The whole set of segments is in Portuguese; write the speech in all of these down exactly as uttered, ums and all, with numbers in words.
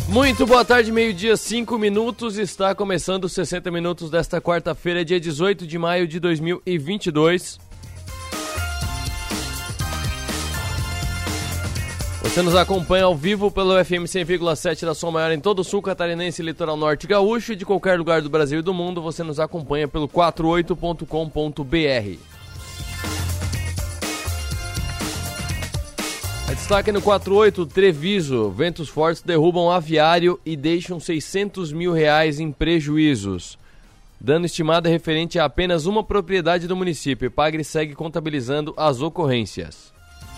Muito boa tarde, meio-dia, cinco minutos, está começando os sessenta minutos desta quarta-feira, dia dezoito de maio de dois mil e vinte e dois. Você nos acompanha ao vivo pelo F M cem vírgula sete da Som Maior em todo o sul catarinense, litoral norte gaúcho, e de qualquer lugar do Brasil e do mundo, você nos acompanha pelo quarenta e oito ponto com ponto b r. A destaque no quarenta e oito, Treviso, ventos fortes derrubam aviário e deixam seiscentos mil reais em prejuízos. Dano estimado é referente a apenas uma propriedade do município. Pagre segue contabilizando as ocorrências.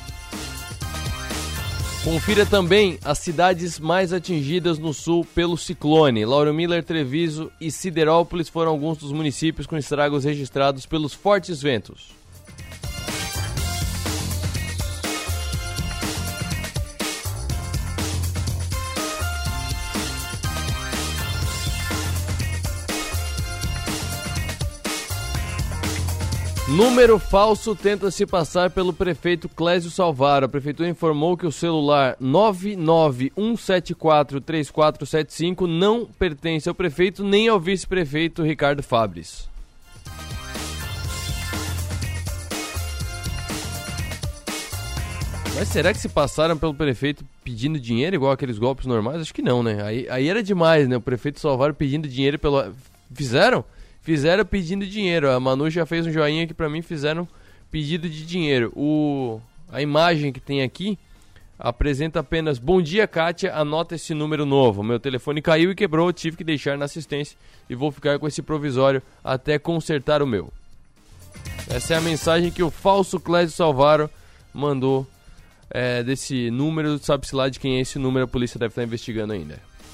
Confira também as cidades mais atingidas no sul pelo ciclone. Lauro Miller, Treviso e Siderópolis foram alguns dos municípios com estragos registrados pelos fortes ventos. Número falso tenta se passar pelo prefeito Clésio Salvaro. A prefeitura informou que o celular nove nove um sete quatro três quatro sete cinco não pertence ao prefeito nem ao vice-prefeito Ricardo Fabres. Mas será que se passaram pelo prefeito pedindo dinheiro igual aqueles golpes normais? Acho que não, né? Aí, aí era demais, né? O prefeito Salvaro pedindo dinheiro pelo... Fizeram? Fizeram pedindo dinheiro. A Manu já fez um joinha aqui pra mim, fizeram pedido de dinheiro. O... A imagem que tem aqui apresenta apenas: bom dia, Kátia, anota esse número novo. Meu telefone caiu e quebrou, tive que deixar na assistência e vou ficar com esse provisório até consertar o meu. Essa é a mensagem que o falso Clésio Salvaro mandou é, desse número. Sabe-se lá de quem é esse número, a polícia deve estar investigando ainda.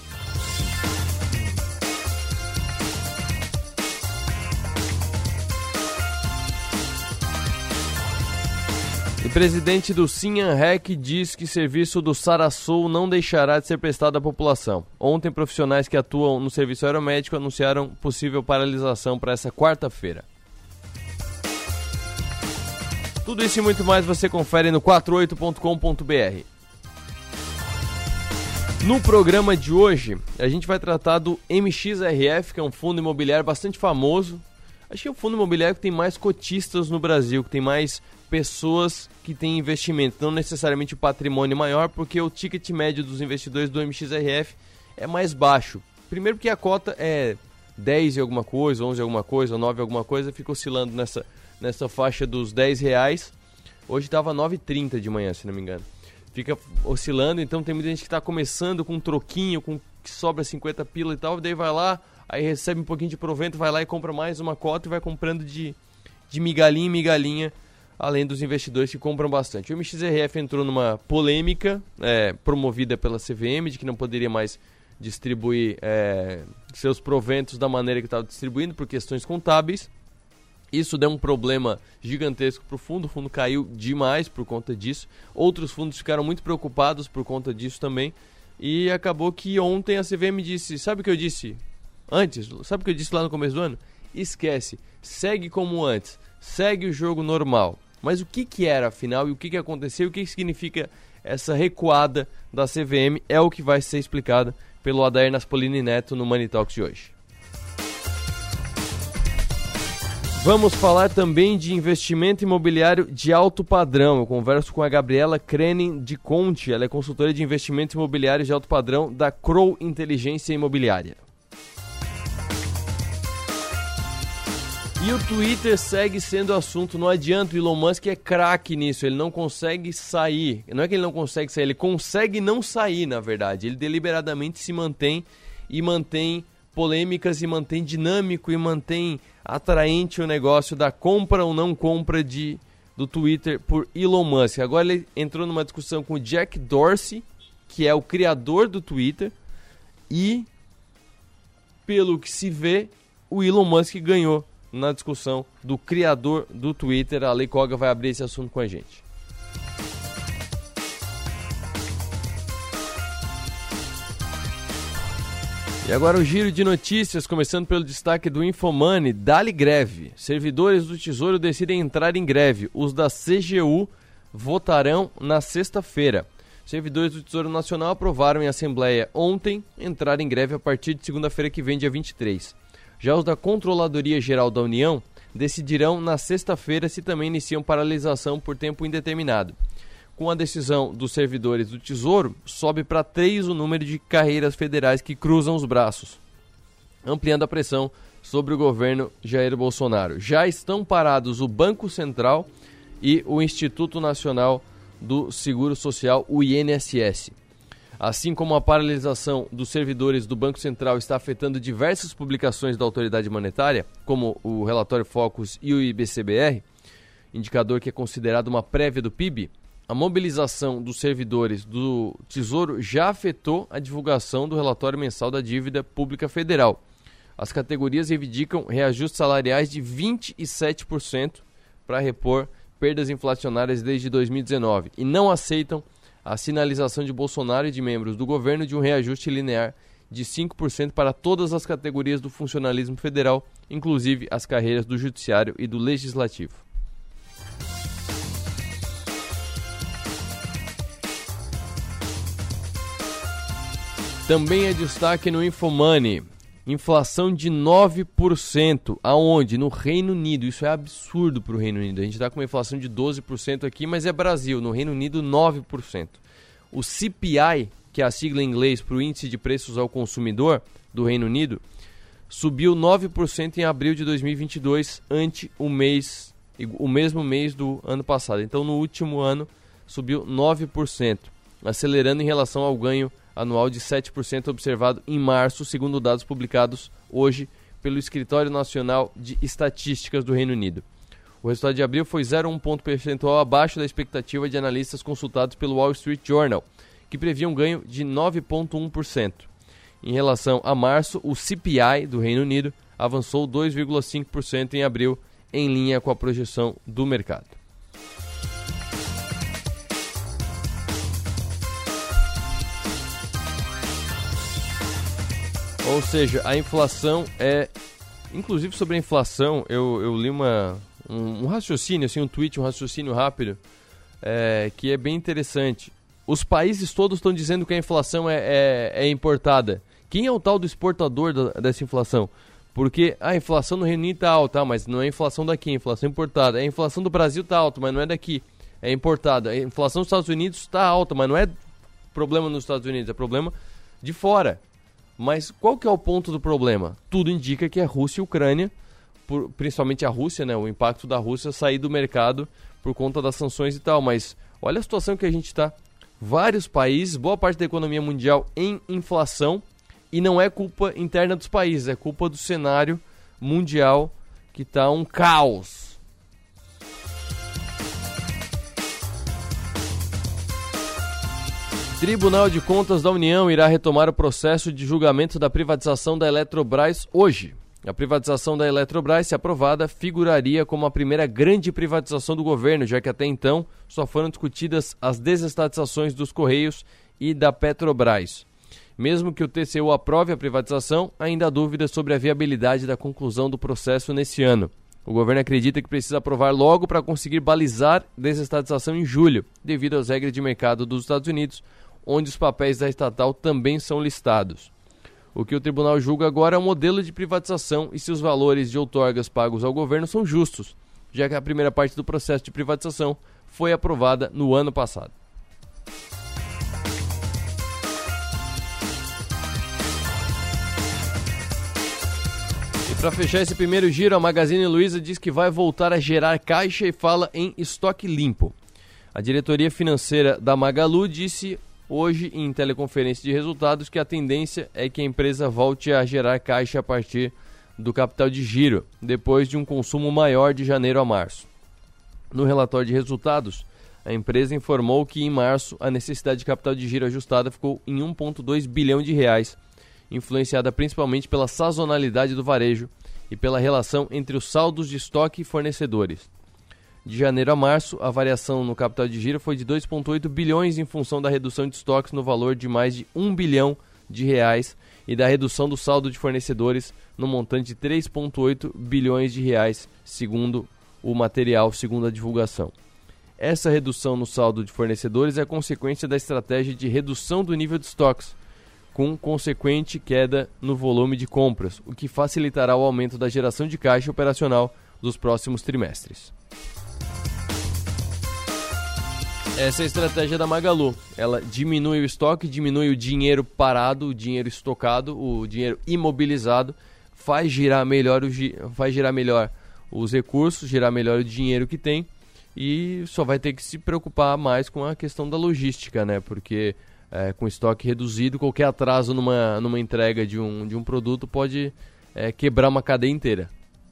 O presidente do Sinhanrec diz que serviço do Sarasul não deixará de ser prestado à população. Ontem, profissionais que atuam no serviço aeromédico anunciaram possível paralisação para essa quarta-feira. Tudo isso e muito mais você confere no quarenta e oito ponto com ponto b r. No programa de hoje, a gente vai tratar do M X R F, que é um fundo imobiliário bastante famoso. Acho que é o fundo imobiliário que tem mais cotistas no Brasil, que tem mais pessoas que têm investimento, não necessariamente o patrimônio maior, porque o ticket médio dos investidores do M X R F é mais baixo. Primeiro porque a cota é dez e alguma coisa, onze e alguma coisa, nove e alguma coisa, fica oscilando nessa, nessa faixa dos dez reais. Hoje estava nove e trinta de manhã, se não me engano. Fica oscilando, então tem muita gente que está começando com um troquinho, com que sobra cinquenta pila e tal, daí vai lá, aí recebe um pouquinho de provento, vai lá e compra mais uma cota e vai comprando de, de migalhinha em migalhinha, além dos investidores que compram bastante. O M X R F entrou numa polêmica é, promovida pela C V M, de que não poderia mais distribuir é, seus proventos da maneira que estava distribuindo, por questões contábeis. Isso deu um problema gigantesco para o fundo, o fundo caiu demais por conta disso. Outros fundos ficaram muito preocupados por conta disso também. E acabou que ontem a C V M disse, sabe o que eu disse antes? Sabe o que eu disse lá no começo do ano? Esquece, segue como antes, segue o jogo normal. Mas o que, que era afinal e o que, que aconteceu, o que, que significa essa recuada da C V M é o que vai ser explicado pelo Adair Naspolini Neto no Money Talks de hoje. Vamos falar também de investimento imobiliário de alto padrão. Eu converso com a Gabriela Krenin de Conte, ela é consultora de investimentos imobiliários de alto padrão da Crow Inteligência Imobiliária. E o Twitter segue sendo assunto, não adianta, o Elon Musk é craque nisso, ele não consegue sair, não é que ele não consegue sair, ele consegue não sair, na verdade, ele deliberadamente se mantém e mantém polêmicas e mantém dinâmico e mantém atraente o negócio da compra ou não compra de, do Twitter por Elon Musk. Agora ele entrou numa discussão com o Jack Dorsey, que é o criador do Twitter, e pelo que se vê, o Elon Musk ganhou na discussão do criador do Twitter. A Lei Koga vai abrir esse assunto com a gente. E agora o giro de notícias, começando pelo destaque do Infomoney. Dali greve. Servidores do Tesouro decidem entrar em greve. Os da C G U votarão na sexta-feira. Servidores do Tesouro Nacional aprovaram em assembleia ontem entrar em greve a partir de segunda-feira que vem, dia vinte e três. Já os da Controladoria Geral da União decidirão na sexta-feira se também iniciam paralisação por tempo indeterminado. Com a decisão dos servidores do Tesouro, sobe para três o número de carreiras federais que cruzam os braços, ampliando a pressão sobre o governo Jair Bolsonaro. Já estão parados o Banco Central e o Instituto Nacional do Seguro Social, o I N S S. Assim como a paralisação dos servidores do Banco Central está afetando diversas publicações da autoridade monetária, como o relatório Focus e o I B C B R, indicador que é considerado uma prévia do P I B, a mobilização dos servidores do Tesouro já afetou a divulgação do relatório mensal da dívida pública federal. As categorias reivindicam reajustes salariais de vinte e sete por cento para repor perdas inflacionárias desde dois mil e dezenove e não aceitam a sinalização de Bolsonaro e de membros do governo de um reajuste linear de cinco por cento para todas as categorias do funcionalismo federal, inclusive as carreiras do Judiciário e do Legislativo. Também é destaque no Infomoney. Inflação de nove por cento. Aonde? No Reino Unido. Isso é absurdo para o Reino Unido. A gente está com uma inflação de doze por cento aqui, mas é Brasil. No Reino Unido, nove por cento. O C P I, que é a sigla em inglês para o Índice de Preços ao Consumidor do Reino Unido, subiu nove por cento em abril de dois mil e vinte e dois, ante o, mês, o mesmo mês do ano passado. Então, no último ano, subiu nove por cento, acelerando em relação ao ganho anual de sete por cento observado em março, segundo dados publicados hoje pelo Escritório Nacional de Estatísticas do Reino Unido. O resultado de abril foi zero vírgula um ponto percentual abaixo da expectativa de analistas consultados pelo Wall Street Journal, que previa um ganho de nove vírgula um por cento. Em relação a março, o C P I do Reino Unido avançou dois vírgula cinco por cento em abril, em linha com a projeção do mercado. Ou seja, a inflação é... Inclusive sobre a inflação, eu, eu li uma, um, um raciocínio, assim, um tweet, um raciocínio rápido, é, que é bem interessante. Os países todos estão dizendo que a inflação é, é, é importada. Quem é o tal do exportador da, dessa inflação? Porque a inflação no Reino Unido está alta, mas não é a inflação daqui, é a inflação importada. A inflação do Brasil está alta, mas não é daqui, é importada. A inflação dos Estados Unidos está alta, mas não é problema nos Estados Unidos, é problema de fora. Mas qual que é o ponto do problema? Tudo indica que é Rússia e Ucrânia, por, principalmente a Rússia, né? O impacto da Rússia sair do mercado por conta das sanções e tal. Mas olha a situação que a gente está. Vários países, boa parte da economia mundial em inflação, e não é culpa interna dos países, é culpa do cenário mundial que está um caos. Tribunal de Contas da União irá retomar o processo de julgamento da privatização da Eletrobras hoje. A privatização da Eletrobras, se aprovada, figuraria como a primeira grande privatização do governo, já que até então só foram discutidas as desestatizações dos Correios e da Petrobras. Mesmo que o T C U aprove a privatização, ainda há dúvidas sobre a viabilidade da conclusão do processo nesse ano. O governo acredita que precisa aprovar logo para conseguir balizar desestatização em julho, devido às regras de mercado dos Estados Unidos, onde os papéis da estatal também são listados. O que o tribunal julga agora é o modelo de privatização e se os valores de outorgas pagos ao governo são justos, já que a primeira parte do processo de privatização foi aprovada no ano passado. E para fechar esse primeiro giro, a Magazine Luiza diz que vai voltar a gerar caixa e fala em estoque limpo. A diretoria financeira da Magalu disse hoje, em teleconferência de resultados, que a tendência é que a empresa volte a gerar caixa a partir do capital de giro, depois de um consumo maior de janeiro a março. No relatório de resultados, a empresa informou que em março a necessidade de capital de giro ajustada ficou em um vírgula dois bilhão de reais, influenciada principalmente pela sazonalidade do varejo e pela relação entre os saldos de estoque e fornecedores. De janeiro a março, a variação no capital de giro foi de dois vírgula oito bilhões em função da redução de estoques no valor de mais de um bilhão de reais e da redução do saldo de fornecedores no montante de três vírgula oito bilhões de reais, segundo o material, segundo a divulgação. Essa redução no saldo de fornecedores é consequência da estratégia de redução do nível de estoques, com consequente queda no volume de compras, o que facilitará o aumento da geração de caixa operacional dos próximos trimestres. Essa é a estratégia da Magalu. Ela diminui o estoque, diminui o dinheiro parado, o dinheiro estocado, o dinheiro imobilizado, faz girar melhor, o, faz girar melhor os recursos, girar melhor o dinheiro que tem e só vai ter que se preocupar mais com a questão da logística, né? Porque é, com estoque reduzido, qualquer atraso numa, numa entrega de um, de um produto pode é, quebrar uma cadeia inteira.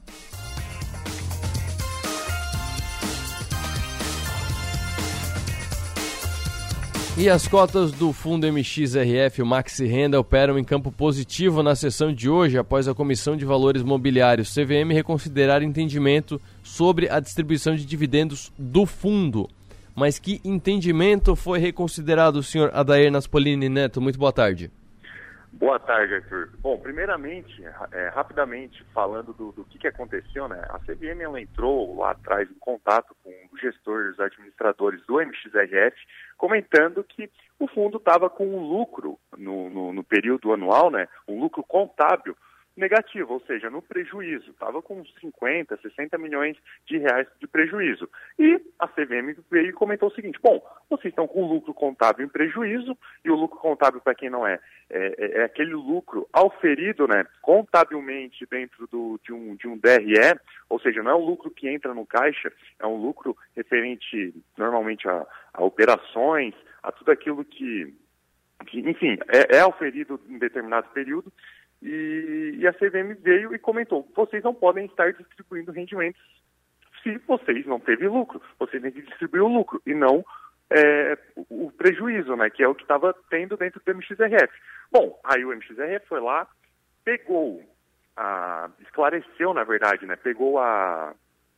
E as cotas do fundo M X R F, o Maxi Renda, operam em campo positivo na sessão de hoje, após a Comissão de Valores Mobiliários, C V M, reconsiderar entendimento sobre a distribuição de dividendos do fundo. Mas que entendimento foi reconsiderado, senhor Adair Naspolini Neto? Muito boa tarde. Boa tarde, Arthur. Bom, primeiramente, é, rapidamente falando do, do que, que aconteceu, né? A C V M ela entrou lá atrás em contato com os gestores, os administradores do M X R F, comentando que o fundo estava com um lucro no, no, no período anual, né? Um lucro contábil negativo, ou seja, no prejuízo. Estava com cinquenta, sessenta milhões de reais de prejuízo. E a C V M veio e comentou o seguinte: bom, vocês estão com lucro contábil em prejuízo, e o lucro contábil, para quem não é, é, é aquele lucro auferido, né, contabilmente dentro do, de, um, de um D R E, ou seja, não é um lucro que entra no caixa, é um lucro referente normalmente a, a operações, a tudo aquilo que, que enfim, é, é auferido em determinado período. E, e a C V M veio e comentou: vocês não podem estar distribuindo rendimentos se vocês não teve lucro, vocês têm que distribuir o lucro e não é, o, o prejuízo, né, que é o que estava tendo dentro do M X R F. Bom, aí o M X R F foi lá, pegou, a, esclareceu, na verdade, né, pegou a,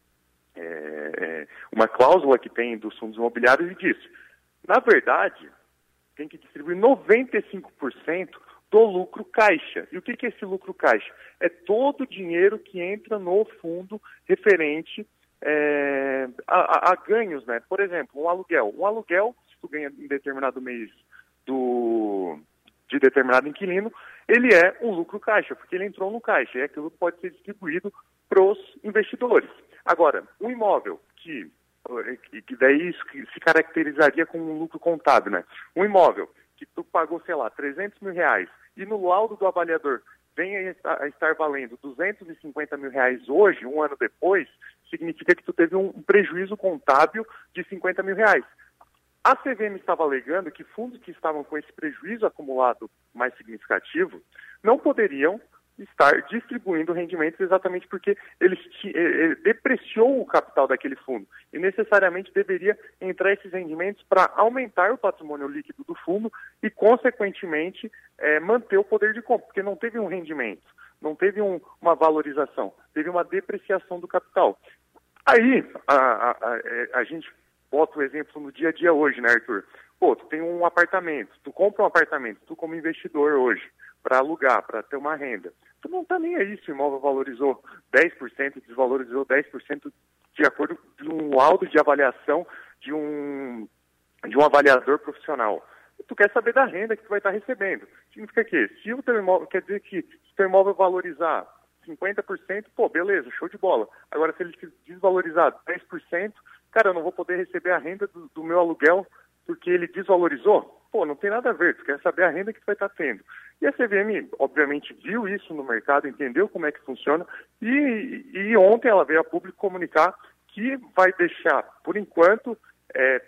é, uma cláusula que tem dos fundos imobiliários e disse: na verdade, tem que distribuir noventa e cinco por cento do lucro caixa. E o que é esse lucro caixa? É todo o dinheiro que entra no fundo referente é, a, a, a ganhos, né? Por exemplo, um aluguel. Um aluguel, se tu ganha em determinado mês do, de determinado inquilino, ele é um lucro caixa, porque ele entrou no caixa, e aquilo pode ser distribuído para os investidores. Agora, um imóvel que, que daí isso se caracterizaria como um lucro contábil, né? Um imóvel que tu pagou, sei lá, trezentos mil reais, e no laudo do avaliador vem a estar valendo duzentos e cinquenta mil reais hoje, um ano depois, significa que tu teve um prejuízo contábil de cinquenta mil reais. A C V M estava alegando que fundos que estavam com esse prejuízo acumulado mais significativo não poderiam estar distribuindo rendimentos exatamente porque eles ele depreciou o capital daquele fundo e necessariamente deveria entrar esses rendimentos para aumentar o patrimônio líquido do fundo e, consequentemente, é, manter o poder de compra, porque não teve um rendimento, não teve um, uma valorização, teve uma depreciação do capital. Aí, a, a, a, a gente bota o exemplo no dia a dia hoje, né, Arthur? Pô, tu tem um apartamento, tu compra um apartamento, tu como investidor hoje, para alugar, para ter uma renda. Tu não está nem aí se o imóvel valorizou dez por cento, desvalorizou dez por cento de acordo com um laudo de avaliação de um, de um avaliador profissional. Tu quer saber da renda que tu vai estar recebendo. Significa que se o teu imóvel, quer dizer que se o teu imóvel valorizar cinquenta por cento, pô, beleza, show de bola. Agora, se ele desvalorizar dez por cento, cara, eu não vou poder receber a renda do, do meu aluguel porque ele desvalorizou? Pô, não tem nada a ver, tu quer saber a renda que tu vai estar tendo. E a C V M, obviamente, viu isso no mercado, entendeu como é que funciona, e, e ontem ela veio a público comunicar que vai deixar, por enquanto, é,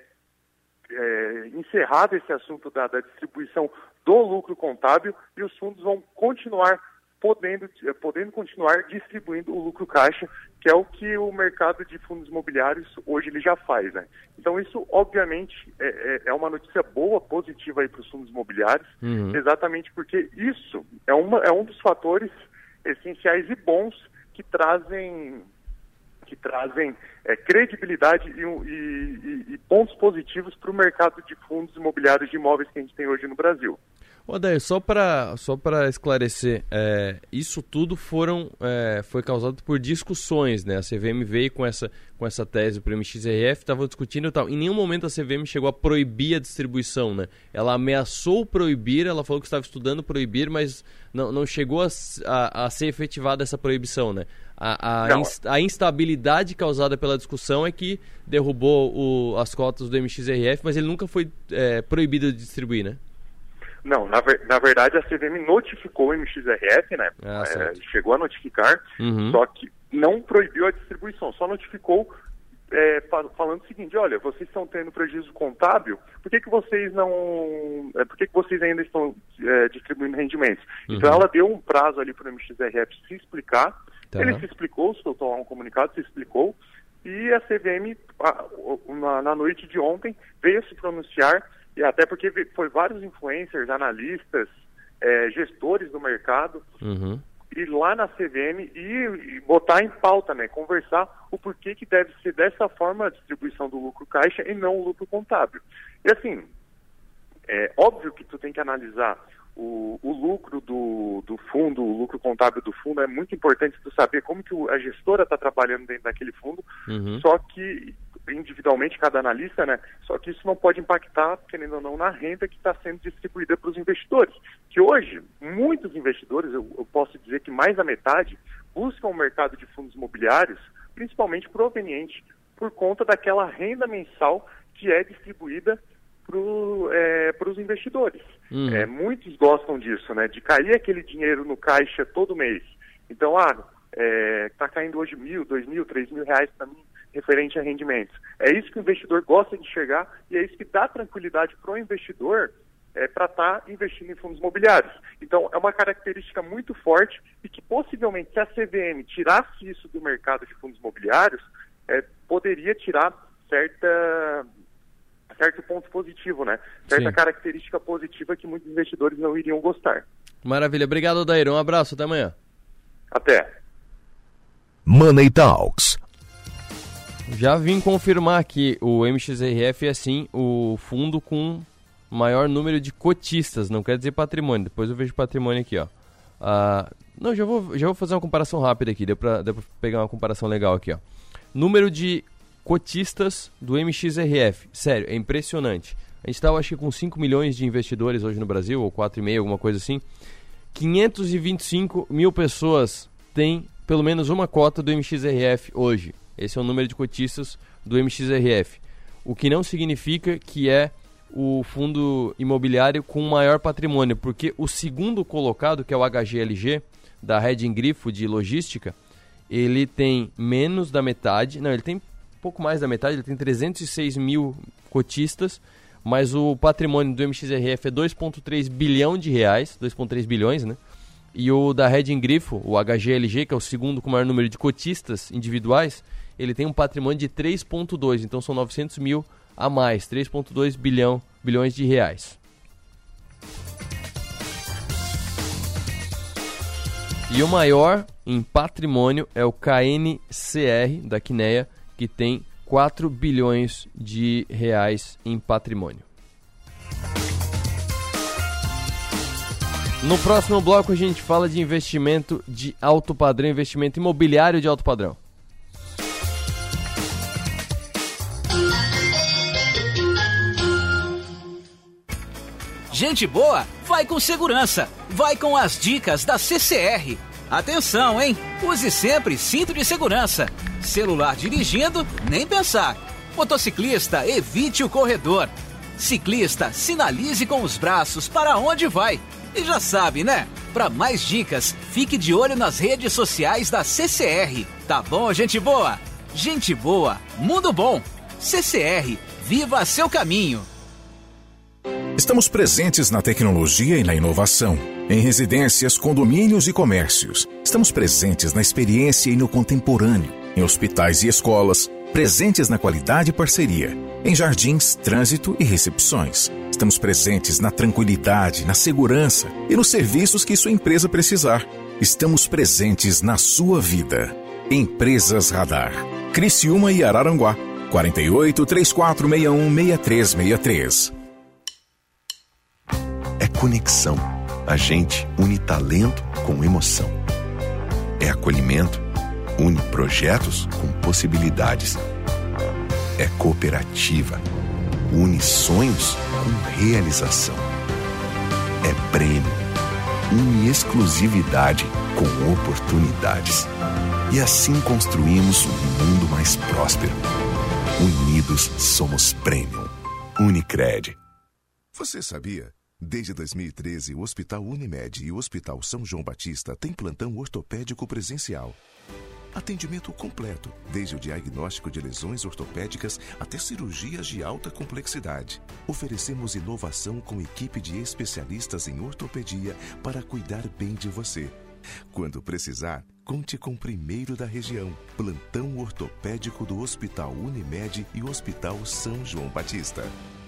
é, encerrado esse assunto da, da distribuição do lucro contábil, e os fundos vão continuar podendo, podendo continuar distribuindo o lucro caixa, que é o que o mercado de fundos imobiliários hoje ele já faz, né? Então isso, obviamente, é, é uma notícia boa, positiva aí para os fundos imobiliários, uhum. Exatamente porque isso é, uma, é um dos fatores essenciais e bons que trazem, que trazem é, credibilidade e, e, e pontos positivos para o mercado de fundos imobiliários de imóveis que a gente tem hoje no Brasil. Odair, só para só para esclarecer, é, isso tudo foram, é, foi causado por discussões, né? A C V M veio com essa, com essa tese para o M X R F, estava discutindo e tal. Em nenhum momento a C V M chegou a proibir a distribuição, né? Ela ameaçou proibir, ela falou que estava estudando proibir, mas não, não chegou a, a, a ser efetivada essa proibição, né? A, a, inst, a instabilidade causada pela discussão é que derrubou o, as cotas do M X R F, mas ele nunca foi é, proibido de distribuir, né? Não, na, ver, na verdade a C V M notificou o M X R F, né? Ah, é, chegou a notificar, uhum. Só que não proibiu a distribuição, só notificou é, falando o seguinte: olha, vocês estão tendo prejuízo contábil, por que, que vocês não. É, por que, que vocês ainda estão é, distribuindo rendimentos? Uhum. Então ela deu um prazo ali para o M X R F se explicar, tá. Ele se explicou, soltou um comunicado, se explicou, e a C V M, na, na noite de ontem, veio se pronunciar. E até porque foi vários influencers, analistas, é, gestores do mercado, uhum. ir lá na C V M e, e botar em pauta, né, conversar o porquê que deve ser dessa forma a distribuição do lucro caixa e não o lucro contábil. E assim, é óbvio que tu tem que analisar o, o lucro do, do fundo, o lucro contábil do fundo, é muito importante tu saber como que o, a gestora está trabalhando dentro daquele fundo, uhum. Só que individualmente cada analista, né? Só que isso não pode impactar, querendo ou não, na renda que está sendo distribuída para os investidores. Que hoje, muitos investidores, eu, eu posso dizer que mais da metade, buscam o mercado de fundos imobiliários, principalmente proveniente por conta daquela renda mensal que é distribuída para é, os investidores. Uhum. É, muitos gostam disso, né? De cair aquele dinheiro no caixa todo mês. Então, ah, está é, caindo hoje mil, dois mil, três mil reais para mim, referente a rendimentos. É isso que o investidor gosta de enxergar e é isso que dá tranquilidade para o investidor é, para estar tá investindo em fundos imobiliários. Então, é uma característica muito forte e que possivelmente, se a C V M tirasse isso do mercado de fundos imobiliários, é, poderia tirar certa, certo ponto positivo, né? Certa Sim. característica positiva que muitos investidores não iriam gostar. Maravilha. Obrigado, Odair. Um abraço. Até amanhã. Até. Money Talks. Já vim confirmar que o M X R F é sim o fundo com maior número de cotistas, não quer dizer patrimônio, depois eu vejo patrimônio aqui, ó. Ah, não, já vou, já vou fazer uma comparação rápida aqui, deu pra, deu pra pegar uma comparação legal aqui, ó. Número de cotistas do M X R F, sério, é impressionante. A gente estava acho que com cinco milhões de investidores hoje no Brasil, ou quatro vírgula cinco, alguma coisa assim. quinhentos e vinte e cinco mil pessoas têm pelo menos uma cota do M X R F hoje. Esse é o número de cotistas do M X R F. O que não significa que é o fundo imobiliário com maior patrimônio, porque o segundo colocado, que é o H G L G, da Reding Grifo de logística, ele tem menos da metade, não, ele tem pouco mais da metade, ele tem trezentos e seis mil cotistas, mas o patrimônio do M X R F é dois vírgula três bilhão de reais, dois vírgula três bilhões, né? E o da Reding Grifo, o H G L G, que é o segundo com o maior número de cotistas individuais, ele tem um patrimônio de três vírgula dois, então são novecentos mil a mais, três vírgula dois bilhão, bilhões de reais. E o maior em patrimônio é o K N C R da Kinea, que tem quatro bilhões de reais em patrimônio. No próximo bloco a gente fala de investimento de alto padrão, investimento imobiliário de alto padrão. Gente boa, vai com segurança, vai com as dicas da C C R. Atenção, hein? Use sempre cinto de segurança. Celular dirigindo, nem pensar. Motociclista, evite o corredor. Ciclista, sinalize com os braços para onde vai. E já sabe, né? Para mais dicas, fique de olho nas redes sociais da C C R. Tá bom, gente boa? Gente boa, mundo bom. C C R, viva seu caminho. Estamos presentes na tecnologia e na inovação, em residências, condomínios e comércios. Estamos presentes na experiência e no contemporâneo, em hospitais e escolas, presentes na qualidade e parceria, em jardins, trânsito e recepções. Estamos presentes na tranquilidade, na segurança e nos serviços que sua empresa precisar. Estamos presentes na sua vida. Empresas Radar. Criciúma e Araranguá. quarenta e oito, trinta e quatro, sessenta e um, sessenta e três sessenta e três. conexão. A gente une talento com emoção. É acolhimento, une projetos com possibilidades. É cooperativa, une sonhos com realização. É prêmio, une exclusividade com oportunidades. E assim construímos um mundo mais próspero. Unidos somos Premium. Unicred. Você sabia? Desde dois mil e treze, o Hospital Unimed e o Hospital São João Batista têm plantão ortopédico presencial. Atendimento completo, desde o diagnóstico de lesões ortopédicas até cirurgias de alta complexidade. Oferecemos inovação com equipe de especialistas em ortopedia para cuidar bem de você. Quando precisar, conte com o primeiro da região. Plantão ortopédico do Hospital Unimed e o Hospital São João Batista.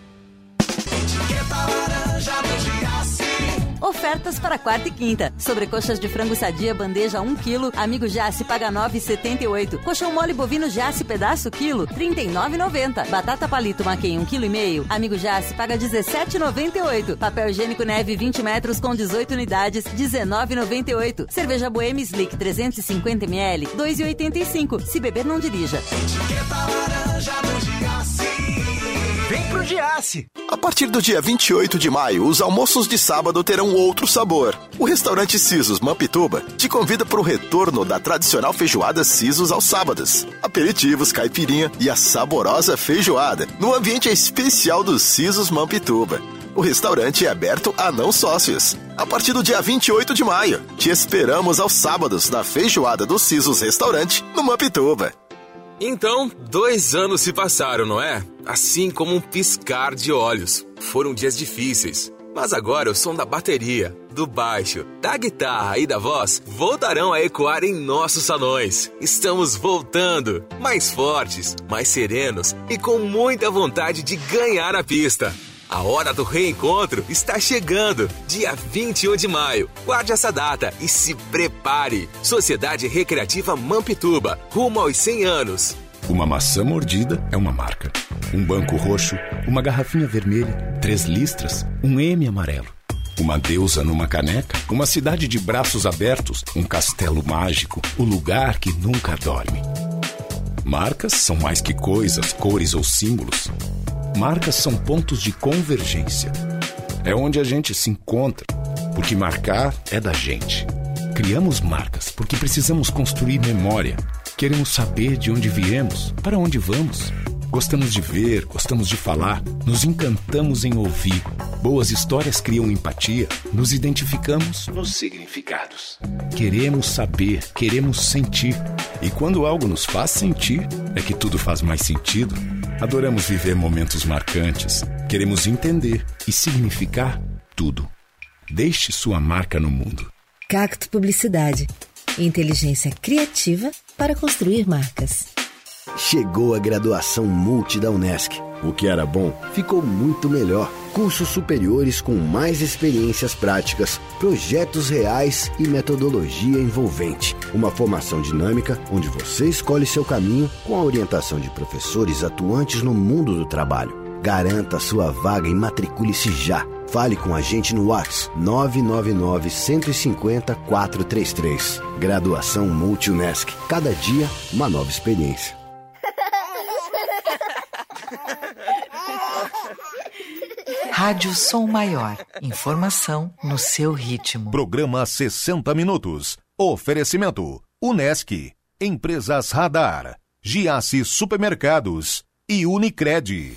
Etiqueta laranja do Giasse. Ofertas para quarta e quinta. Sobrecoxas de frango sadia, bandeja um quilo. Amigo Giasse paga nove reais e setenta e oito centavos. Coxão mole bovino Giasse pedaço quilo, trinta e nove reais e noventa centavos. Batata palito maquém um quilo e meio. Amigo Giasse paga dezessete reais e noventa e oito centavos. Papel higiênico neve vinte metros com dezoito unidades, dezenove reais e noventa e oito centavos. Cerveja Boêmia Slick trezentos e cinquenta mililitros, dois reais e oitenta e cinco centavos. Se beber, não dirija. Etiqueta laranja do Giasse. Vem pro Giasse! A partir do dia vinte e oito de maio, os almoços de sábado terão outro sabor. O restaurante Sisos Mampituba te convida para o retorno da tradicional feijoada Sisos aos sábados. Aperitivos, caipirinha e a saborosa feijoada no ambiente especial do Sisos Mampituba. O restaurante é aberto a não sócios. A partir do dia vinte e oito de maio, te esperamos aos sábados na feijoada do Sisos Restaurante no Mampituba. Então, dois anos se passaram, não é? Assim como um piscar de olhos. Foram dias difíceis. Mas agora o som da bateria, do baixo, da guitarra e da voz voltarão a ecoar em nossos salões. Estamos voltando, mais fortes, mais serenos e com muita vontade de ganhar a pista. A hora do reencontro está chegando, dia vinte e um de maio. Guarde essa data e se prepare. Sociedade Recreativa Mampituba, rumo aos cem anos. Uma maçã mordida é uma marca. Um banco roxo, uma garrafinha vermelha, três listras, um M amarelo. Uma deusa numa caneca, uma cidade de braços abertos, um castelo mágico, o lugar que nunca dorme. Marcas são mais que coisas, cores ou símbolos. Marcas são pontos de convergência. É onde a gente se encontra, porque marcar é da gente. Criamos marcas porque precisamos construir memória. Queremos saber de onde viemos, para onde vamos. Gostamos de ver, gostamos de falar, nos encantamos em ouvir. Boas histórias criam empatia, nos identificamos nos significados. Queremos saber, queremos sentir. E quando algo nos faz sentir, é que tudo faz mais sentido. Adoramos viver momentos marcantes. Queremos entender e significar tudo. Deixe sua marca no mundo. Cacto Publicidade. Inteligência criativa para construir marcas. Chegou a graduação Multi da Unesc. O que era bom ficou muito melhor. Cursos superiores com mais experiências práticas, projetos reais e metodologia envolvente. Uma formação dinâmica onde você escolhe seu caminho com a orientação de professores atuantes no mundo do trabalho. Garanta sua vaga e matricule-se já. Fale com a gente no WhatsApp nove nove nove, um cinco zero, quatro três três. Graduação Multi-Unesc. Cada dia, uma nova experiência. Rádio Som Maior. Informação no seu ritmo. Programa sessenta minutos. Oferecimento. Unesc. Empresas Radar. Giasse Supermercados. E Unicred.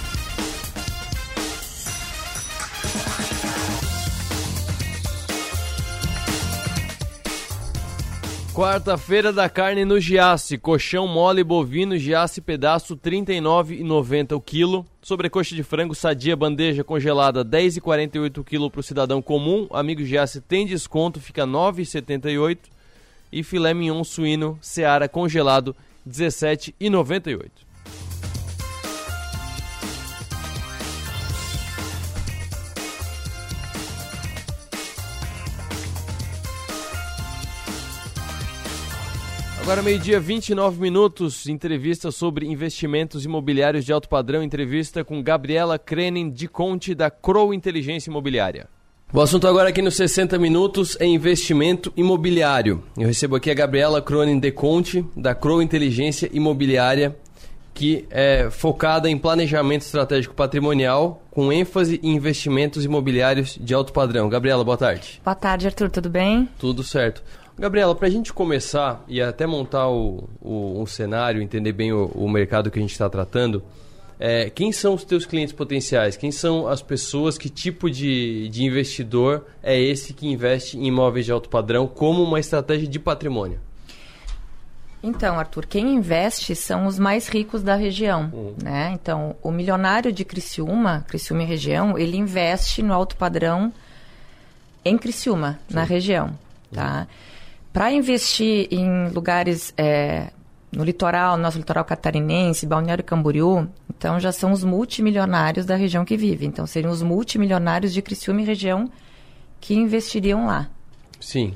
Quarta-feira da carne no Giasse. Coxão mole bovino Giasse pedaço trinta e nove reais e noventa centavos o quilo. Sobrecoxa de frango sadia bandeja congelada dez reais e quarenta e oito centavos o quilo para o cidadão comum. Amigo Giasse tem desconto, fica nove reais e setenta e oito centavos. E filé mignon suíno Seara congelado dezessete reais e noventa e oito centavos. Agora meio-dia, vinte e nove minutos, entrevista sobre investimentos imobiliários de alto padrão, entrevista com Gabriela Krenin de Conte da Crow Inteligência Imobiliária. O assunto agora aqui nos sessenta Minutos é investimento imobiliário. Eu recebo aqui a Gabriela Cronin de Conte, da Crow Inteligência Imobiliária, que é focada em planejamento estratégico patrimonial, com ênfase em investimentos imobiliários de alto padrão. Gabriela, boa tarde. Boa tarde, Arthur, tudo bem? Tudo certo. Gabriela, para a gente começar e até montar o, o, um cenário, entender bem o, o mercado que a gente está tratando, é, quem são os teus clientes potenciais? Quem são as pessoas? Que tipo de, de investidor é esse que investe em imóveis de alto padrão como uma estratégia de patrimônio? Então, Arthur, quem investe são os mais ricos da região, uhum. né? Então, o milionário de Criciúma, Criciúma e região, ele investe no alto padrão em Criciúma, Sim. na região, tá? Uhum. Para investir em lugares é, no litoral, nosso litoral catarinense, Balneário Camboriú, então já são os multimilionários da região que vivem. Então, seriam os multimilionários de Criciúma e região que investiriam lá. Sim.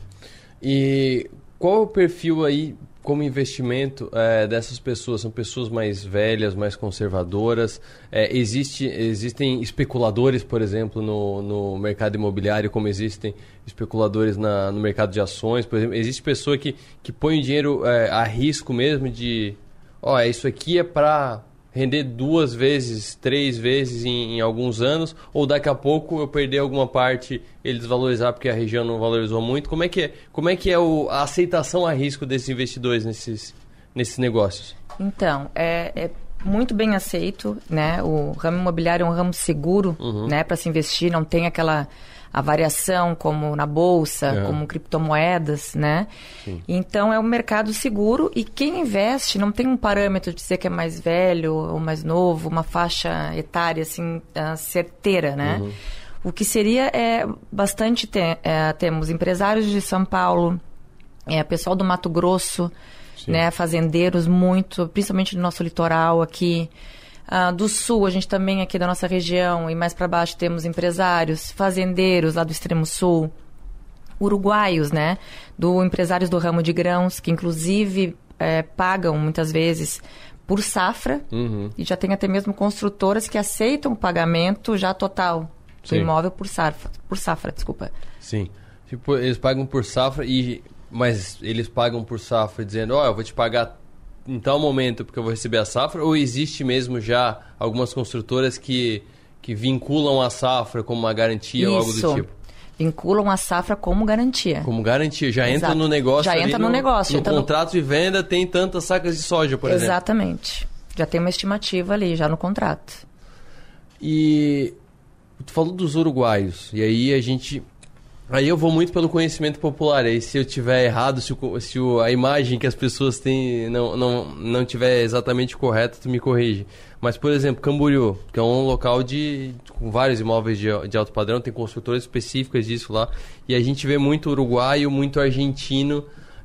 E qual é o perfil aí como investimento é, dessas pessoas? São pessoas mais velhas, mais conservadoras? É, existe, existem especuladores, por exemplo, no, no mercado imobiliário, como existem especuladores na, no mercado de ações, por exemplo? Existe pessoa que, que põe o dinheiro é, a risco mesmo de... Ó, oh, isso aqui é para render duas vezes, três vezes em, em alguns anos, ou daqui a pouco eu perder alguma parte, ele desvalorizar porque a região não valorizou muito. Como é que é, como é, que é o, a aceitação a risco desses investidores nesses, nesses negócios? Então, é, é muito bem aceito, né? O ramo imobiliário é um ramo seguro, uhum. né, para se investir, não tem aquela a variação como na bolsa, é. como criptomoedas, né? Sim. Então, é um mercado seguro e quem investe não tem um parâmetro de dizer que é mais velho ou mais novo, uma faixa etária, assim, uh, certeira, né? Uhum. O que seria é bastante... Te, é, temos empresários de São Paulo, é, pessoal do Mato Grosso, né? Fazendeiros muito, principalmente no nosso litoral aqui. Uh, do sul, a gente também aqui da nossa região, e mais para baixo temos empresários, fazendeiros lá do extremo sul, uruguaios, né? Do empresários do ramo de grãos, que inclusive é, pagam muitas vezes por safra, uhum. e já tem até mesmo construtoras que aceitam o pagamento já total do Sim. imóvel por safra, por safra, desculpa. Sim, tipo, eles pagam por safra, e, mas eles pagam por safra dizendo, ó, oh, eu vou te pagar em tal momento porque eu vou receber a safra, ou existe mesmo já algumas construtoras que, que vinculam a safra como uma garantia Isso. ou algo do tipo? Vinculam a safra como garantia. Como garantia, já Exato. entra no negócio. Já entra no, no negócio. No contrato no... de venda tem tantas sacas de soja, por exemplo. Exatamente. Já tem uma estimativa ali, já no contrato. E tu falou dos uruguaios, e aí a gente... Aí eu vou muito pelo conhecimento popular. Aí se eu tiver errado, se, o, se o, a imagem que as pessoas têm não, não, não tiver exatamente correta, tu me corrige. Mas, por exemplo, Camboriú, que é um local de, com vários imóveis de, de alto padrão, tem construtoras específicas disso lá. E a gente vê muito uruguaio, muito argentino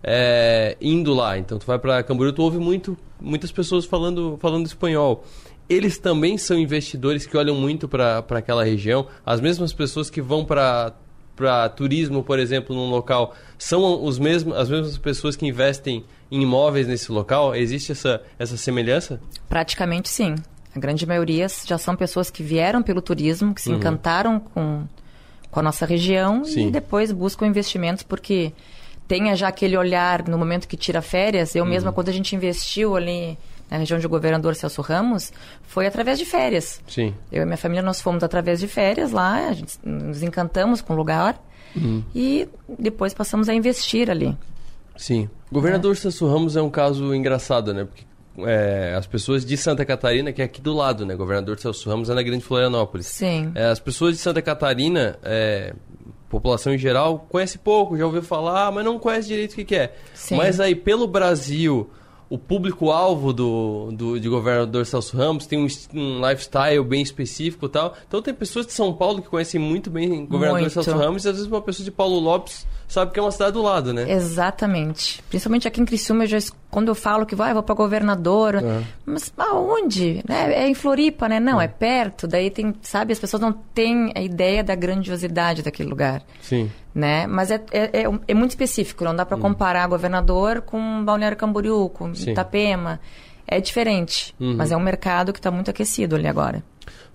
é, indo lá. Então tu vai para Camboriú, tu ouve muito, muitas pessoas falando, falando espanhol. Eles também são investidores que olham muito para aquela região. As mesmas pessoas que vão para... para turismo, por exemplo, num local, são os mesmos, as mesmas pessoas que investem em imóveis nesse local? Existe essa, essa semelhança? Praticamente sim. A grande maioria já são pessoas que vieram pelo turismo, que se uhum. encantaram com, com a nossa região sim. e depois buscam investimentos porque tenha já aquele olhar no momento que tira férias. Eu uhum. mesma, quando a gente investiu ali na região de Governador Celso Ramos, foi através de férias. Sim. Eu e minha família, nós fomos através de férias lá, a gente nos encantamos com o lugar uhum. e depois passamos a investir ali. Sim. Governador é. Celso Ramos é um caso engraçado, né? Porque é, as pessoas de Santa Catarina, que é aqui do lado, né? Governador Celso Ramos é na Grande Florianópolis. Sim. É, as pessoas de Santa Catarina, é, população em geral, conhece pouco, já ouviu falar, mas não conhece direito o que, que é. Sim. Mas aí, pelo Brasil... O público-alvo do, do, de Governador Celso Ramos tem um, um lifestyle bem específico e tal. Então tem pessoas de São Paulo que conhecem muito bem Governador muito. Celso Ramos e às vezes uma pessoa de Paulo Lopes sabe que é uma cidade do lado, né? Exatamente. Principalmente aqui em Criciúma, eu já, quando eu falo que vai, eu vou para Governador, é. mas aonde? É, é em Floripa, né? Não, é. é perto. Daí tem, sabe, as pessoas não têm a ideia da grandiosidade daquele lugar. Sim. Né? Mas é, é, é, é muito específico, não dá para hum. comparar Governador com Balneário Camboriú, com Sim. Itapema. É diferente, hum. mas é um mercado que está muito aquecido ali agora. Tu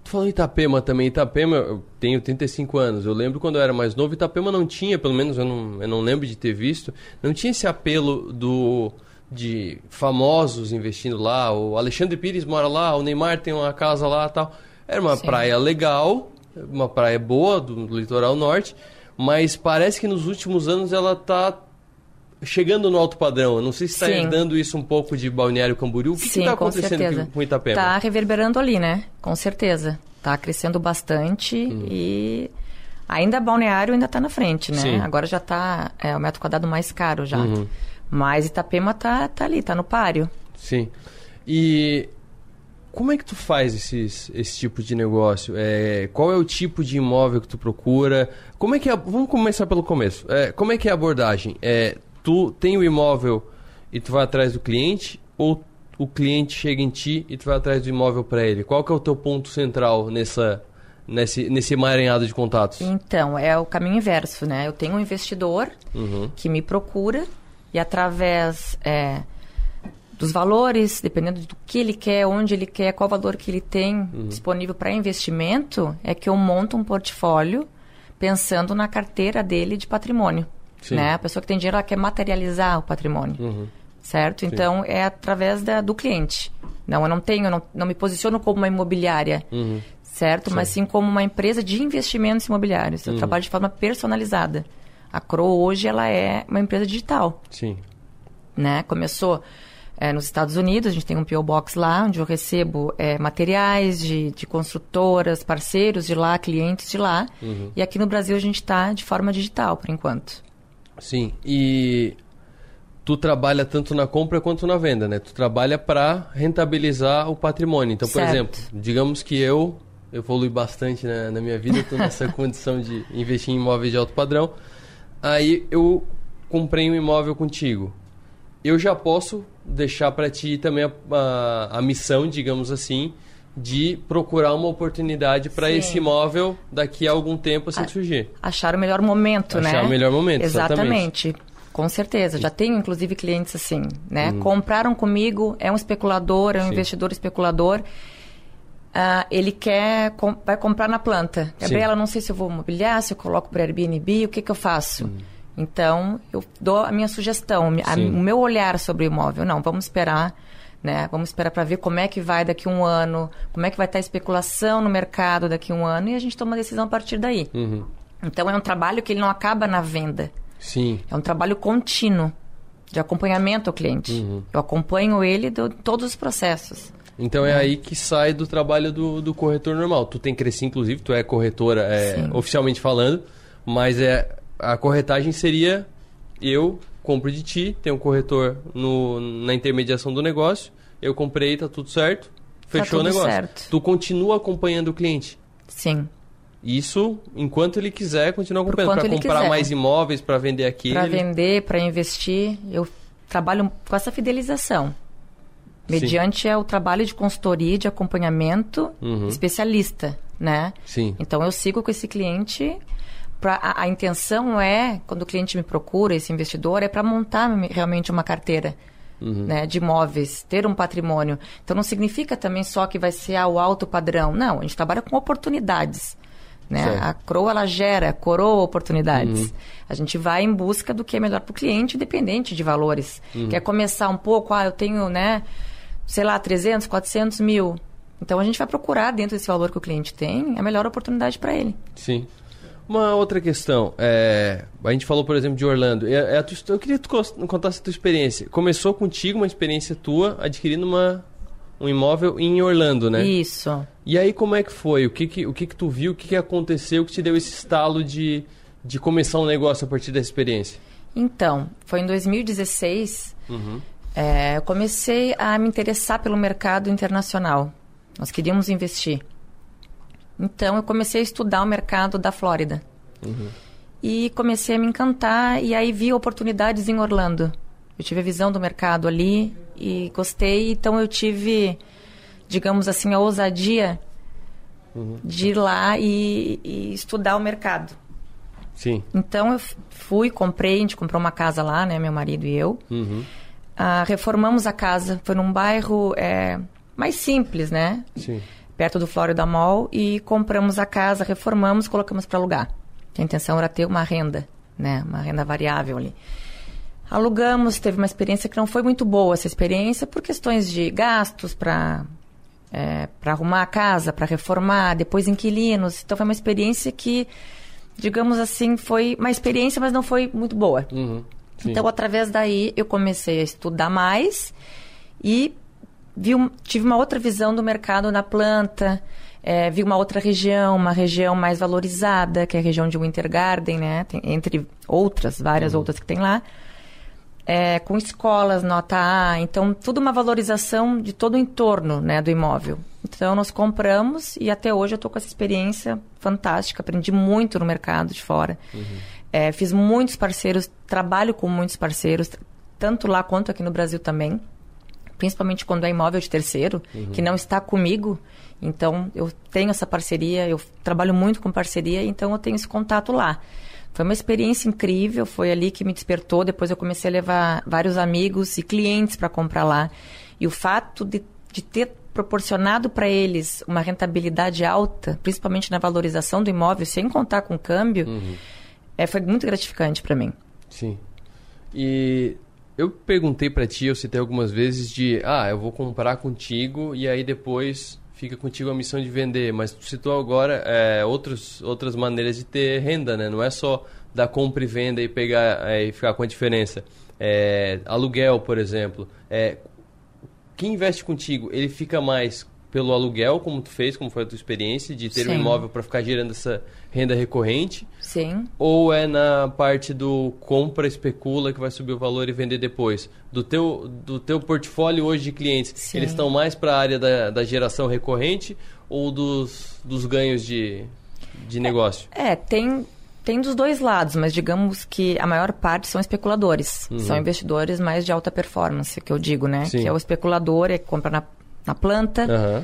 Tu falou Itapema também. Itapema, eu tenho trinta e cinco anos. Eu lembro quando eu era mais novo, Itapema não tinha, pelo menos eu não, eu não lembro de ter visto, não tinha esse apelo do, de famosos investindo lá. O Alexandre Pires mora lá, o Neymar tem uma casa lá e tal. Era uma Sim. praia legal, uma praia boa do, do litoral norte, mas parece que nos últimos anos ela está chegando no alto padrão. Eu não sei se está herdando isso um pouco de Balneário Camboriú. O que está acontecendo com, com Itapema? Está reverberando ali, né? Com certeza. Está crescendo bastante hum. e ainda Balneário ainda está na frente, né? Sim. Agora já está é, o metro quadrado mais caro já. Uhum. Mas Itapema está tá ali, está no páreo. Sim. E como é que tu faz esses, esse tipo de negócio? É, qual é o tipo de imóvel que tu procura? Como é que é, vamos começar pelo começo. É, como é que é a abordagem? É, tu tem o imóvel e tu vai atrás do cliente, ou o cliente chega em ti e tu vai atrás do imóvel para ele? Qual que é o teu ponto central nessa, nesse, nesse emaranhado de contatos? Então, é o caminho inverso, né? Eu tenho um investidor uhum. que me procura e através é, dos valores, dependendo do que ele quer, onde ele quer, qual valor que ele tem uhum. disponível para investimento, é que eu monto um portfólio pensando na carteira dele de patrimônio. Né? A pessoa que tem dinheiro, ela quer materializar o patrimônio, uhum. certo? Sim. Então, é através da, do cliente. Não, eu não tenho, eu não, não me posiciono como uma imobiliária, uhum. certo? Sim. Mas sim como uma empresa de investimentos imobiliários. Eu uhum. trabalho de forma personalizada. A Crow, hoje, ela é uma empresa digital. Sim. Né? Começou é, nos Estados Unidos, a gente tem um P O Box lá, onde eu recebo é, materiais de, de construtoras, parceiros de lá, clientes de lá. Uhum. E aqui no Brasil, a gente está de forma digital, por enquanto. Sim, e tu trabalha tanto na compra quanto na venda, né? Tu trabalha para rentabilizar o patrimônio. Então, por certo. exemplo, digamos que eu evolui bastante na, na minha vida, estou nessa condição de investir em imóveis de alto padrão. Aí eu comprei um imóvel contigo. Eu já posso deixar para ti também a, a, a missão, digamos assim, de procurar uma oportunidade para esse imóvel daqui a algum tempo assim a, que surgir. Achar o melhor momento, Achar né? Achar o melhor momento, exatamente. exatamente. Com certeza. Já tenho, inclusive, clientes assim, né? Hum. Compraram comigo, é um especulador, é um Sim. investidor especulador. Uh, ele quer, com, vai comprar na planta. Gabriela, não sei se eu vou mobiliar, se eu coloco para Airbnb, o que, que eu faço? Hum. Então, eu dou a minha sugestão, a, o meu olhar sobre o imóvel. Não, vamos esperar... Né? Vamos esperar para ver como é que vai daqui a um ano, como é que vai estar a especulação no mercado daqui a um ano, e a gente toma uma decisão a partir daí. Uhum. Então, é um trabalho que ele não acaba na venda. Sim. É um trabalho contínuo de acompanhamento ao cliente. Uhum. Eu acompanho ele de todos os processos. Então, é, é aí que sai do trabalho do, do corretor normal. Tu tem Cresci, inclusive, tu é corretora é, oficialmente falando, mas é, a corretagem seria eu... compro de ti, tem um corretor no, na intermediação do negócio, eu comprei, tá tudo certo, fechou tá tudo o negócio. Certo. Tu continua acompanhando o cliente? Sim. Isso, enquanto ele quiser, continua acompanhando. Para comprar quiser. mais imóveis, para vender aquele. Para vender, para investir, eu trabalho com essa fidelização. Mediante é o trabalho de consultoria, de acompanhamento uhum. especialista, né? Sim. Então, eu sigo com esse cliente... Pra, a, a intenção é, quando o cliente me procura, esse investidor, é para montar realmente uma carteira uhum. né, de imóveis, ter um patrimônio. Então, não significa também só que vai ser ao alto padrão. Não, a gente trabalha com oportunidades. Né? A Crow, ela gera, coroa oportunidades. Uhum. A gente vai em busca do que é melhor para o cliente, independente de valores. Uhum. Quer começar um pouco, ah, eu tenho, né, sei lá, trezentos, quatrocentos mil. Então, a gente vai procurar, dentro desse valor que o cliente tem, a melhor oportunidade para ele. Sim. Uma outra questão, é, a gente falou, por exemplo, de Orlando. É, é a tua, eu queria que tu contasse a tua experiência. Começou contigo uma experiência tua adquirindo uma, um imóvel em Orlando, né? Isso. E aí, como é que foi? O que que, o que, que tu viu? O que, que aconteceu que te deu esse estalo de, de começar um negócio a partir dessa experiência? Então, foi em dois mil e dezesseis, uhum. é, eu comecei a me interessar pelo mercado internacional. Nós queríamos investir. Então, eu comecei a estudar o mercado da Flórida. Uhum. E comecei a me encantar, e aí vi oportunidades em Orlando. Eu tive a visão do mercado ali e gostei, então eu tive, digamos assim, a ousadia uhum. de ir lá e, e estudar o mercado. Sim. Então, eu fui, comprei, a gente comprou uma casa lá, né, meu marido e eu. Uhum. Ah, reformamos a casa, foi num bairro é, mais simples, né? Sim. perto do Florida Mall, e compramos a casa, reformamos, colocamos para alugar. A intenção era ter uma renda, né? Uma renda variável ali. Alugamos, teve uma experiência que não foi muito boa, essa experiência, por questões de gastos para é, para arrumar a casa, para reformar, depois inquilinos. Então foi uma experiência que, digamos assim, foi uma experiência, mas não foi muito boa. Uhum, então, através daí, eu comecei a estudar mais e vi um, tive uma outra visão do mercado na planta, é, vi uma outra região, uma região mais valorizada, que é a região de Winter Garden, né? Tem, entre outras, várias uhum. outras que tem lá, é, com escolas, nota A, então, tudo uma valorização de todo o entorno, né, do imóvel. Então, nós compramos e até hoje eu estou com essa experiência fantástica, aprendi muito no mercado de fora. Uhum. É, fiz muitos parceiros, trabalho com muitos parceiros, tanto lá quanto aqui no Brasil também. Principalmente quando é imóvel de terceiro, uhum. que não está comigo. Então, eu tenho essa parceria, eu trabalho muito com parceria, então eu tenho esse contato lá. Foi uma experiência incrível, foi ali que me despertou. Depois eu comecei a levar vários amigos e clientes para comprar lá. E o fato de, de ter proporcionado para eles uma rentabilidade alta, principalmente na valorização do imóvel, sem contar com câmbio, uhum. é, foi muito gratificante para mim. Sim. E... eu perguntei pra ti, eu citei algumas vezes de, ah, eu vou comprar contigo e aí depois fica contigo a missão de vender. Mas tu citou agora é, outros, outras maneiras de ter renda, né? Não é só dar compra e venda e pegar é, e ficar com a diferença. É, aluguel, por exemplo. É, quem investe contigo, ele fica mais pelo aluguel, como tu fez, como foi a tua experiência, de ter Sim. um imóvel para ficar gerando essa renda recorrente? Sim. Ou é na parte do compra, especula, que vai subir o valor e vender depois? Do teu, do teu portfólio hoje de clientes, Sim. eles estão mais para a área da, da geração recorrente ou dos, dos ganhos de, de negócio? É, é tem, tem dos dois lados, mas digamos que a maior parte são especuladores. Uhum. São investidores mais de alta performance, que eu digo, né? Sim. Que é o especulador, é que compra na na planta, uhum.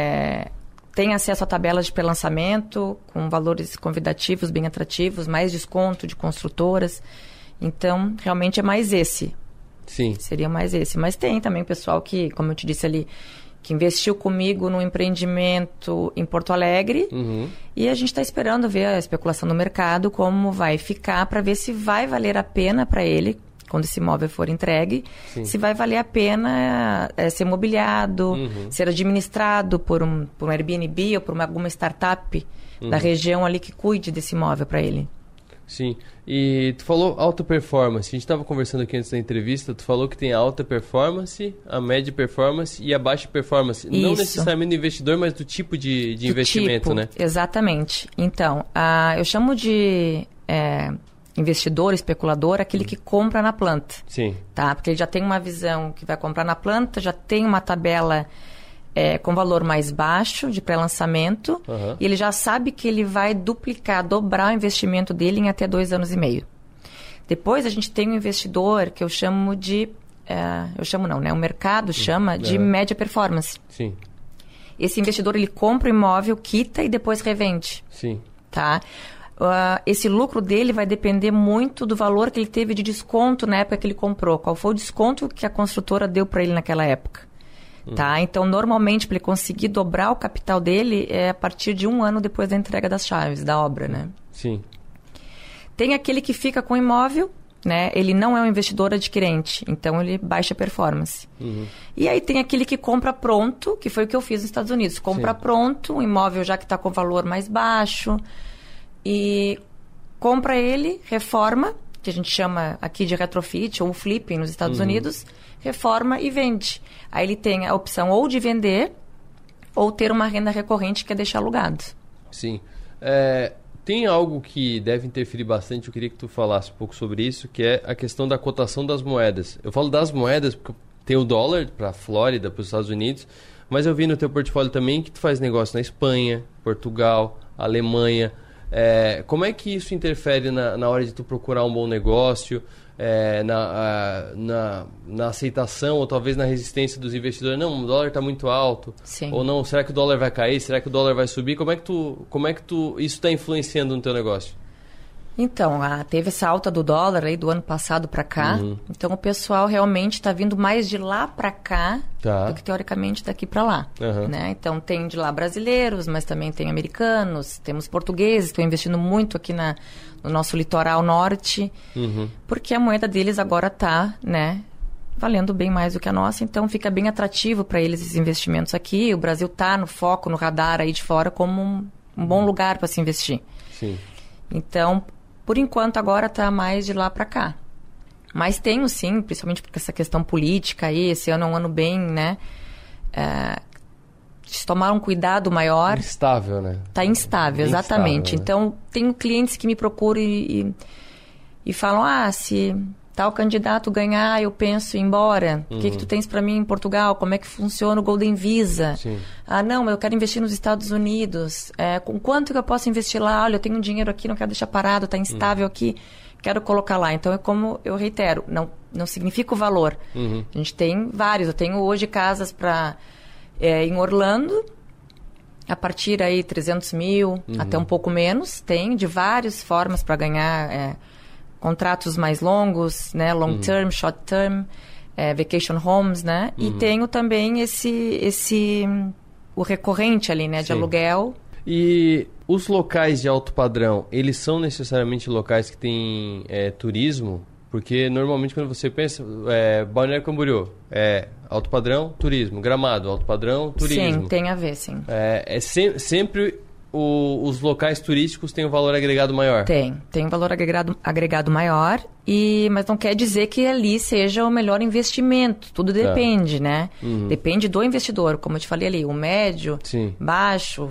é, tem acesso a tabelas de pré-lançamento com valores convidativos bem atrativos, mais desconto de construtoras. Então, realmente é mais esse. Sim. Seria mais esse. Mas tem também o pessoal que, como eu te disse ali, que investiu comigo no empreendimento em Porto Alegre. Uhum. E a gente está esperando ver a especulação do mercado, como vai ficar, para ver se vai valer a pena para ele, quando esse imóvel for entregue, Sim. se vai valer a pena é, ser mobiliado, uhum. ser administrado por um, por um Airbnb ou por uma, alguma startup uhum. da região ali que cuide desse imóvel para ele. Sim. E tu falou alta performance. A gente estava conversando aqui antes da entrevista, tu falou que tem a alta performance, a média performance e a baixa performance. Isso. Não necessariamente do investidor, mas do tipo de, de investimento, tipo, né? Exatamente. Então, a, eu chamo de... É, investidor, especulador, aquele que compra na planta. Sim. Tá? Porque ele já tem uma visão que vai comprar na planta, já tem uma tabela é, com valor mais baixo de pré-lançamento, uhum. e ele já sabe que ele vai duplicar, dobrar o investimento dele em até dois anos e meio. Depois a gente tem um investidor que eu chamo de... É, eu chamo não, né? O mercado chama uhum. de média performance. Sim. Esse investidor, ele compra o imóvel, quita e depois revende. Sim. Tá? Uh, esse lucro dele vai depender muito do valor que ele teve de desconto na época que ele comprou. Qual foi o desconto que a construtora deu para ele naquela época. Uhum. Tá? Então, normalmente, para ele conseguir dobrar o capital dele, é a partir de um ano depois da entrega das chaves da obra, né? Sim. Tem aquele que fica com o imóvel, né? Ele não é um investidor adquirente, então ele baixa performance. Uhum. E aí tem aquele que compra pronto, que foi o que eu fiz nos Estados Unidos. Compra Sim. pronto, um imóvel já que está com valor mais baixo... E compra ele, reforma, que a gente chama aqui de retrofit ou flipping nos Estados uhum. Unidos, reforma e vende. Aí ele tem a opção ou de vender ou ter uma renda recorrente que é deixar alugado. Sim. É, tem algo que deve interferir bastante, eu queria que tu falasse um pouco sobre isso, que é a questão da cotação das moedas. Eu falo das moedas porque tem o dólar para a Flórida, para os Estados Unidos, mas eu vi no teu portfólio também que tu faz negócio na Espanha, Portugal, Alemanha. É, como é que isso interfere na, na hora de tu procurar um bom negócio, é, na, a, na, na aceitação ou talvez na resistência dos investidores? Não, o dólar está muito alto. Sim. Ou não, será que o dólar vai cair? Será que o dólar vai subir? Como é que, tu, como é que tu, isso está influenciando no teu negócio? Então, a, teve essa alta do dólar aí do ano passado para cá. Uhum. Então, o pessoal realmente está vindo mais de lá para cá tá. do que, teoricamente, daqui para lá. Uhum. Né? Então, tem de lá brasileiros, mas também tem americanos, temos portugueses que estão investindo muito aqui na, no nosso litoral norte, uhum. porque a moeda deles agora está, né, valendo bem mais do que a nossa. Então, fica bem atrativo para eles esses investimentos aqui. O Brasil está no foco, no radar aí de fora, como um, um bom lugar para se investir. Sim. Então... Por enquanto, agora está mais de lá para cá. Mas tenho, sim, principalmente porque essa questão política aí, esse ano é um ano bem, né? É, se tomar um cuidado maior... Instável, né? Está instável, exatamente. Instável, né? Então, tenho clientes que me procuram e, e, e falam, ah, se tal candidato ganhar, eu penso em ir embora. O uhum. que, que tu tens para mim em Portugal? Como é que funciona o Golden Visa? Sim. Ah, não, eu quero investir nos Estados Unidos. É, com quanto que eu posso investir lá? Olha, eu tenho um dinheiro aqui, não quero deixar parado, está instável uhum. aqui, quero colocar lá. Então, é como eu reitero, não, não significa o valor. Uhum. A gente tem vários. Eu tenho hoje casas para é, em Orlando, a partir aí trezentos mil, uhum. até um pouco menos. Tem de várias formas para ganhar... É, contratos mais longos, né? Long uhum. term, short term, é, vacation homes, né? Uhum. E tenho também esse, esse o recorrente ali, né? De Sim. aluguel. E os locais de alto padrão, eles são necessariamente locais que têm é, turismo? Porque normalmente quando você pensa, é, Balneário Camboriú, é alto padrão, turismo. Gramado, alto padrão, turismo. Sim, tem a ver, sim. É, é se, sempre... O, os locais turísticos têm um valor agregado maior? Tem, tem um valor agregado, agregado maior, e, mas não quer dizer que ali seja o melhor investimento. Tudo depende, tá. né? Uhum. Depende do investidor, como eu te falei ali, o médio, Sim. baixo,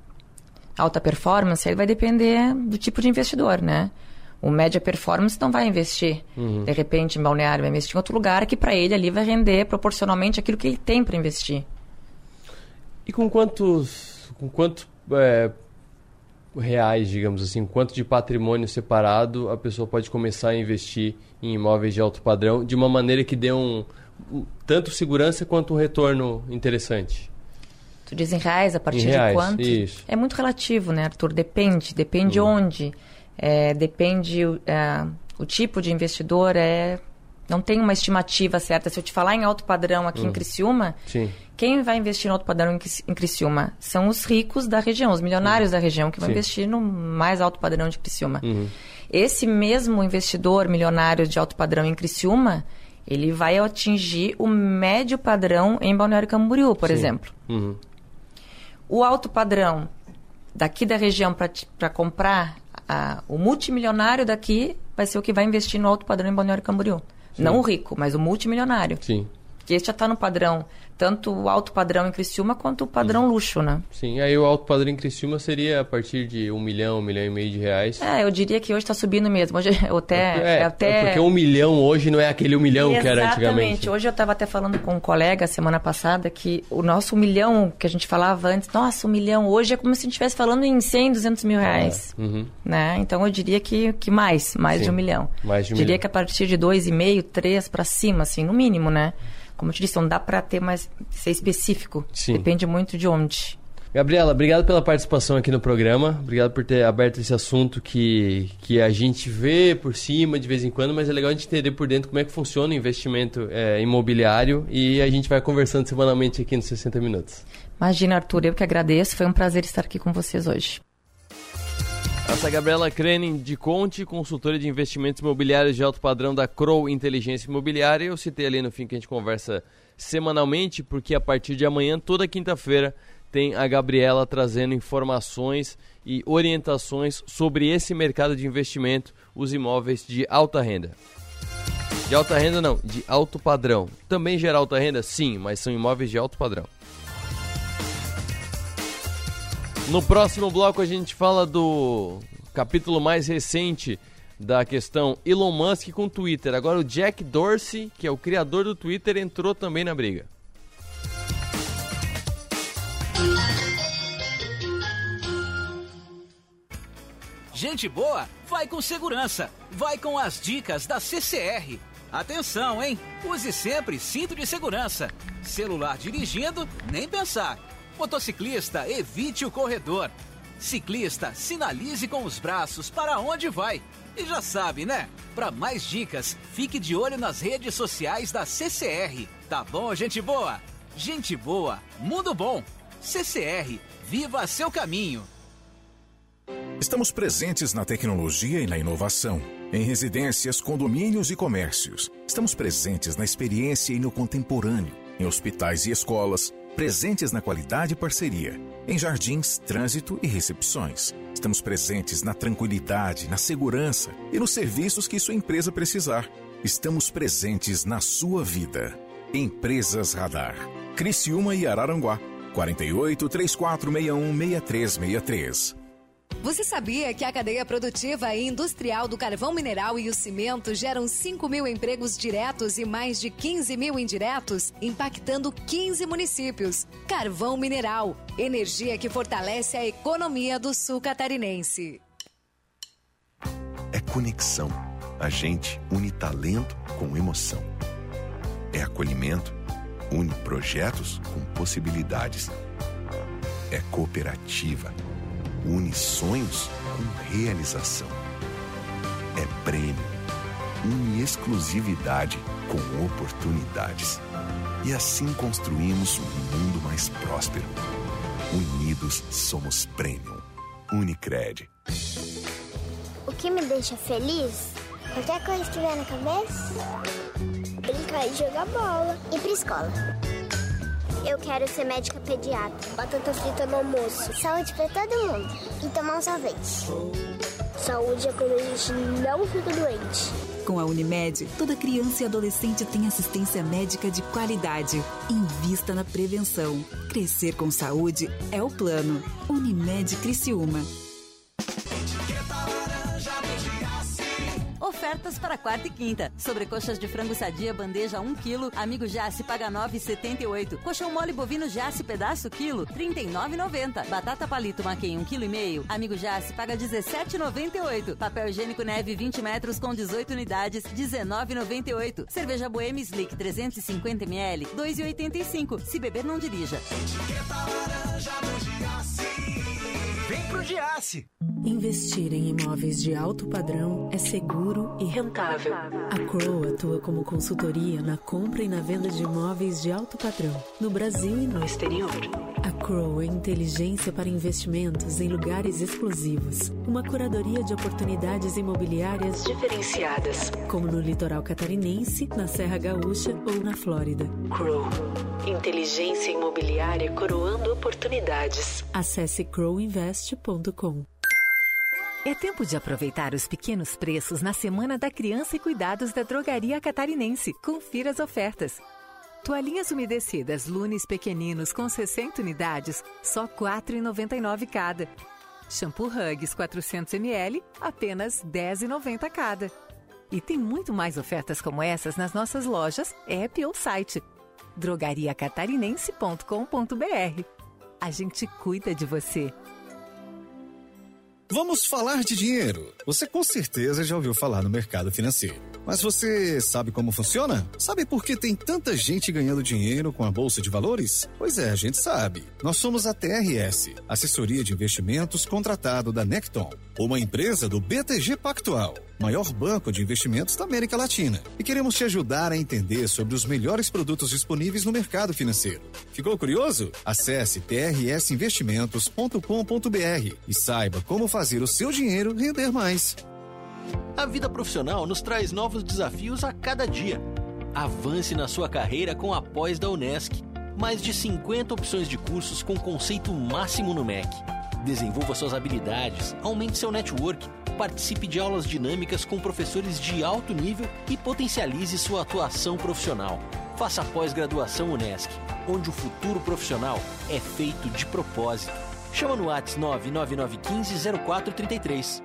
alta performance, aí vai depender do tipo de investidor, né? O média performance não vai investir, uhum. de repente, em Balneário, vai investir em outro lugar que para ele ali vai render proporcionalmente aquilo que ele tem para investir. E com quantos... Com quantos É, reais, digamos assim, quanto de patrimônio separado a pessoa pode começar a investir em imóveis de alto padrão de uma maneira que dê um, um tanto segurança quanto um retorno interessante? Tu diz em reais, a partir em reais, de quanto? Isso. É muito relativo, né, Arthur? Depende, depende uhum. onde, é, depende é, o tipo de investidor, é, não tem uma estimativa certa. Se eu te falar em alto padrão aqui uhum. em Criciúma, Sim. quem vai investir em alto padrão em Criciúma são os ricos da região, os milionários uhum. da região, que vão Sim. investir no mais alto padrão de Criciúma. Uhum. Esse mesmo investidor milionário de alto padrão em Criciúma, ele vai atingir o médio padrão em Balneário Camboriú, por Sim. exemplo. Uhum. O alto padrão daqui da região para comprar, a, o multimilionário daqui vai ser o que vai investir no alto padrão em Balneário Camboriú. Sim. Não o rico, mas o multimilionário. Sim. Que esse já está no padrão, tanto o alto padrão em Criciúma quanto o padrão Sim. luxo, né? Sim, aí o alto padrão em Criciúma seria a partir de um milhão, um milhão e meio de reais. É, eu diria que hoje está subindo mesmo. Hoje até, é, é até... é porque um milhão hoje não é aquele um milhão Exatamente. Que era antigamente. Exatamente. Hoje eu estava até falando com um colega semana passada que o nosso milhão que a gente falava antes, nossa, um milhão, hoje é como se a gente estivesse falando em cem, duzentos mil reais. É. Uhum. Né? Então eu diria que, que mais, mais Sim. de um milhão. Mais de um diria milhão. que a partir de dois e meio, três para cima, assim, no mínimo, né? Como eu te disse, não dá para ter mais ser específico. Sim. Depende muito de onde. Gabriela, obrigado pela participação aqui no programa. Obrigado por ter aberto esse assunto que, que a gente vê por cima de vez em quando, mas é legal a gente entender por dentro como é que funciona o investimento é, imobiliário, e a gente vai conversando semanalmente aqui nos sessenta Minutos. Imagina, Arthur, eu que agradeço. Foi um prazer estar aqui com vocês hoje. Essa é a Gabriela Krenin de Conte, consultora de investimentos imobiliários de alto padrão da Crow Inteligência Imobiliária. Eu citei ali no fim que a gente conversa semanalmente, porque a partir de amanhã, toda quinta-feira, tem a Gabriela trazendo informações e orientações sobre esse mercado de investimento, os imóveis de alta renda. De alta renda não, de alto padrão. Também gera alta renda? Sim, mas são imóveis de alto padrão. No próximo bloco a gente fala do capítulo mais recente da questão Elon Musk com o Twitter. Agora o Jack Dorsey, que é o criador do Twitter, entrou também na briga. Gente boa, vai com segurança. Vai com as dicas da C C R. Atenção, hein? Use sempre cinto de segurança. Celular dirigindo, nem pensar. Motociclista, evite o corredor. Ciclista, sinalize com os braços para onde vai. E já sabe, né? Para mais dicas, fique de olho nas redes sociais da C C R. Tá bom, gente boa? Gente boa, mundo bom. C C R, viva seu caminho. Estamos presentes na tecnologia e na inovação. Em residências, condomínios e comércios. Estamos presentes na experiência e no contemporâneo. Em hospitais e escolas. Presentes na qualidade e parceria. Em jardins, trânsito e recepções. Estamos presentes na tranquilidade, na segurança e nos serviços que sua empresa precisar. Estamos presentes na sua vida. Empresas Radar. Criciúma e Araranguá. quatro oito, três quatro seis um, seis três seis três. Você sabia que a cadeia produtiva e industrial do carvão mineral e o cimento geram cinco mil empregos diretos e mais de quinze mil indiretos, impactando quinze municípios? Carvão Mineral, energia que fortalece a economia do sul catarinense. É conexão. A gente une talento com emoção. É acolhimento. Une projetos com possibilidades. É cooperativa. Une sonhos com realização. É prêmio. Une exclusividade com oportunidades. E assim construímos um mundo mais próspero. Unidos somos Premium. Unicred. O que me deixa feliz? Qualquer coisa que vier na cabeça? Brincar e jogar bola. Ir pra escola. Eu quero ser médica pediatra. Batata frita no almoço. Saúde pra todo mundo. E tomar um sorvete. Saúde é quando a gente não fica doente. Com a Unimed, toda criança e adolescente tem assistência médica de qualidade. Invista na prevenção. Crescer com saúde é o plano. Unimed Criciúma. Ofertas para quarta e quinta. Sobrecoxas de frango sadia, bandeja um quilo. Amigo Jace paga nove reais e setenta e oito centavos. Coxão mole bovino Jace, pedaço quilo, trinta e nove reais e noventa centavos. Batata palito maquém um quilo e meio. Amigo Jace paga dezessete reais e noventa e oito centavos. Papel higiênico neve vinte metros com dezoito unidades, dezenove reais e noventa e oito centavos. Cerveja Boêmia Slick trezentos e cinquenta mililitros, dois reais e oitenta e cinco centavos. Se beber, não dirija. Etiqueta laranja do Giasse. Vem pro Giasse. Investir em imóveis de alto padrão é seguro e rentável. A Crow atua como consultoria na compra e na venda de imóveis de alto padrão, no Brasil e no exterior. A Crow é inteligência para investimentos em lugares exclusivos. Uma curadoria de oportunidades imobiliárias diferenciadas, como no litoral catarinense, na Serra Gaúcha ou na Flórida. Crow. Inteligência imobiliária coroando oportunidades. Acesse crow invest ponto com. É tempo de aproveitar os pequenos preços na Semana da Criança e Cuidados da Drogaria Catarinense. Confira as ofertas. Toalhinhas umedecidas Lunes pequeninos com sessenta unidades, só quatro reais e noventa e nove centavos cada. Shampoo Huggies quatrocentos mililitros, apenas dez reais e noventa centavos cada. E tem muito mais ofertas como essas nas nossas lojas, app ou site. drogaria catarinense ponto com ponto b r. A gente cuida de você. Vamos falar de dinheiro. Você com certeza já ouviu falar no mercado financeiro. Mas você sabe como funciona? Sabe por que tem tanta gente ganhando dinheiro com a Bolsa de Valores? Pois é, a gente sabe. Nós somos a T R S, Assessoria de Investimentos contratado da Necton, uma empresa do B T G Pactual, maior banco de investimentos da América Latina. E queremos te ajudar a entender sobre os melhores produtos disponíveis no mercado financeiro. Ficou curioso? Acesse t r s investimentos ponto com ponto b r e saiba como fazer o seu dinheiro render mais. A vida profissional nos traz novos desafios a cada dia. Avance na sua carreira com a pós da Unesc. Mais de cinquenta opções de cursos com conceito máximo no M E C. Desenvolva suas habilidades, aumente seu network, participe de aulas dinâmicas com professores de alto nível e potencialize sua atuação profissional. Faça a pós-graduação Unesc, onde o futuro profissional é feito de propósito. Chama no WhatsApp nove nove nove um cinco zero quatro três três.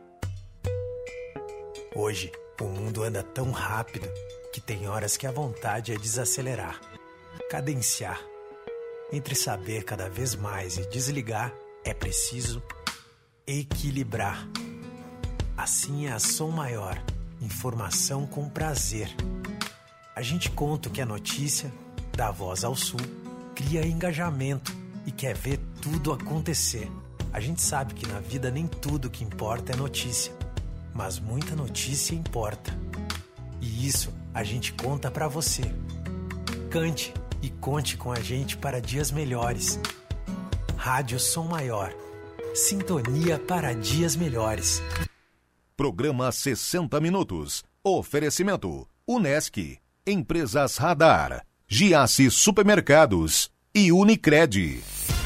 Hoje, o mundo anda tão rápido que tem horas que a vontade é desacelerar, cadenciar. Entre saber cada vez mais e desligar, é preciso equilibrar. Assim é a Som Maior, informação com prazer. A gente conta o que é notícia, dá voz ao Sul, cria engajamento e quer ver tudo acontecer. A gente sabe que na vida nem tudo que importa é notícia, mas muita notícia importa. E isso a gente conta pra você. Cante e conte com a gente para dias melhores. Rádio Som Maior. Sintonia para dias melhores. Programa sessenta Minutos. Oferecimento. Unesc. Empresas Radar. Giasse Supermercados. E Unicred.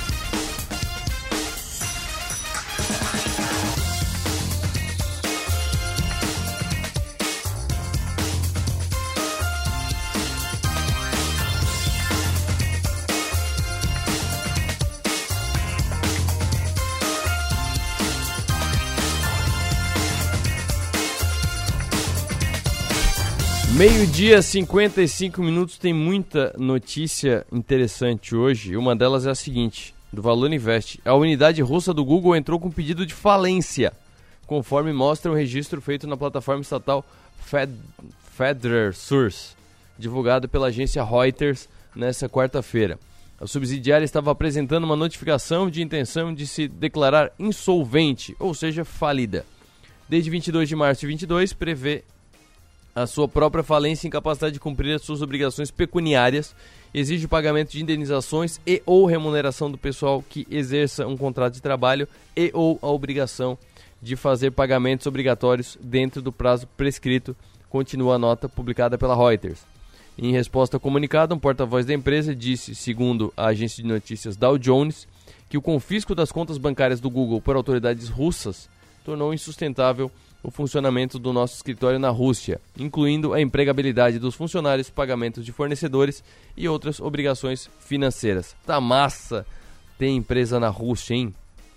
Meio-dia, cinquenta e cinco minutos, tem muita notícia interessante hoje. Uma delas é a seguinte, do Valor Invest. A unidade russa do Google entrou com pedido de falência, conforme mostra o registro feito na plataforma estatal Fed, Federal Source, divulgado pela agência Reuters nesta quarta-feira. A subsidiária estava apresentando uma notificação de intenção de se declarar insolvente, ou seja, falida. Desde vinte e dois de março de vinte e dois, prevê a sua própria falência e incapacidade de cumprir as suas obrigações pecuniárias, exige o pagamento de indenizações e ou remuneração do pessoal que exerça um contrato de trabalho e ou a obrigação de fazer pagamentos obrigatórios dentro do prazo prescrito, continua a nota publicada pela Reuters. Em resposta ao comunicado, um porta-voz da empresa disse, segundo a agência de notícias Dow Jones, que o confisco das contas bancárias do Google por autoridades russas tornou insustentável o funcionamento do nosso escritório na Rússia, incluindo a empregabilidade dos funcionários, pagamentos de fornecedores e outras obrigações financeiras. Tá massa ter empresa na Rússia, hein?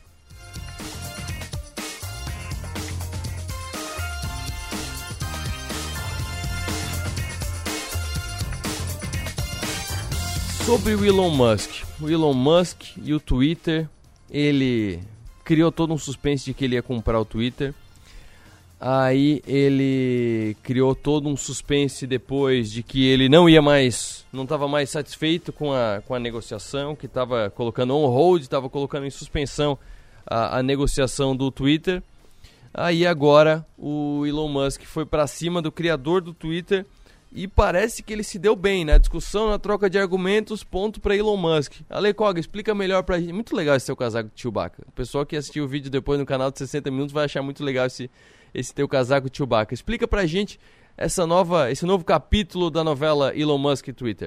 Sobre o Elon Musk. O Elon Musk e o Twitter, ele criou todo um suspense de que ele ia comprar o Twitter. Aí ele criou todo um suspense depois de que ele não ia mais, não estava mais satisfeito com a, com a negociação, que estava colocando on hold, estava colocando em suspensão a, a negociação do Twitter. Aí agora o Elon Musk foi para cima do criador do Twitter e parece que ele se deu bem na discussão, na troca de argumentos, ponto para Elon Musk. Ale Koga, explica melhor pra gente. Muito legal esse seu casaco de Chewbacca. O pessoal que assistiu o vídeo depois no canal de sessenta minutos vai achar muito legal esse esse teu casaco de Chewbacca. Explica pra gente essa nova, esse novo capítulo da novela Elon Musk e Twitter.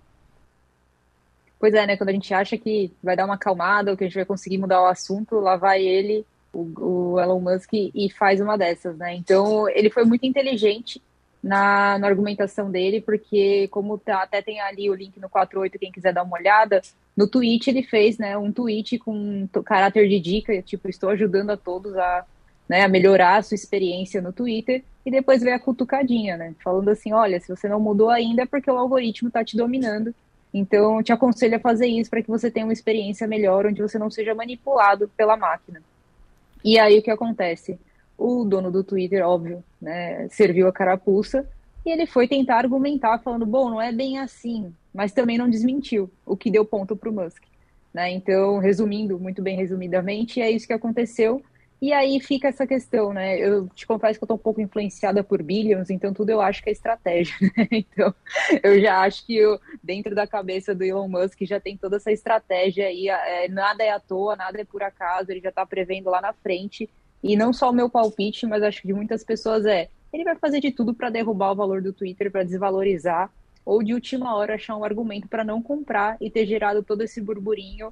Pois é, né? Quando a gente acha que vai dar uma acalmada ou que a gente vai conseguir mudar o assunto, lá vai ele, o, o Elon Musk, e faz uma dessas, né? Então, ele foi muito inteligente na, na argumentação dele, porque como tá, até tem ali o link no quatro oito, quem quiser dar uma olhada, no tweet ele fez, né, um tweet com caráter de dica, tipo, estou ajudando a todos a Né, a melhorar a sua experiência no Twitter, e depois veio a cutucadinha, né, falando assim, olha, se você não mudou ainda é porque o algoritmo está te dominando, então eu te aconselho a fazer isso para que você tenha uma experiência melhor, onde você não seja manipulado pela máquina. E aí o que acontece? O dono do Twitter, óbvio, né, serviu a carapuça, e ele foi tentar argumentar, falando, bom, não é bem assim, mas também não desmentiu, o que deu ponto para o Musk. Né? Então, resumindo, muito bem resumidamente, é isso que aconteceu. E aí fica essa questão, né? Eu te confesso que eu tô um pouco influenciada por Billions, então tudo eu acho que é estratégia, né? Então, eu já acho que eu, dentro da cabeça do Elon Musk já tem toda essa estratégia aí, é, nada é à toa, nada é por acaso, ele já tá prevendo lá na frente. E não só o meu palpite, mas acho que de muitas pessoas é, ele vai fazer de tudo para derrubar o valor do Twitter, para desvalorizar, ou de última hora achar um argumento para não comprar e ter gerado todo esse burburinho,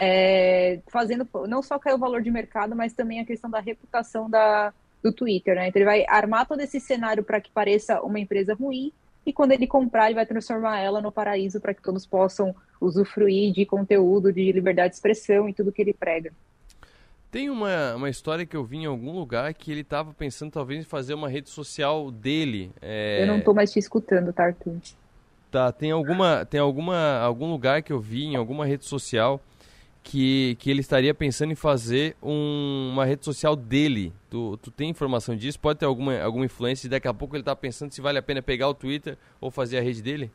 É, fazendo não só cair o valor de mercado, mas também a questão da reputação da, do Twitter, né? Então ele vai armar todo esse cenário para que pareça uma empresa ruim, e quando ele comprar, ele vai transformar ela no paraíso para que todos possam usufruir de conteúdo, de liberdade de expressão e tudo que ele prega. Tem uma, uma história que eu vi em algum lugar que ele estava pensando talvez em fazer uma rede social dele. É... Eu não estou mais te escutando, tá, Arthur? Tá, tem alguma, tem alguma, algum lugar que eu vi em alguma rede social Que, que ele estaria pensando em fazer um, uma rede social dele. Tu, tu tem informação disso? Pode ter alguma, alguma influência? E daqui a pouco ele está pensando se vale a pena pegar o Twitter ou fazer a rede dele?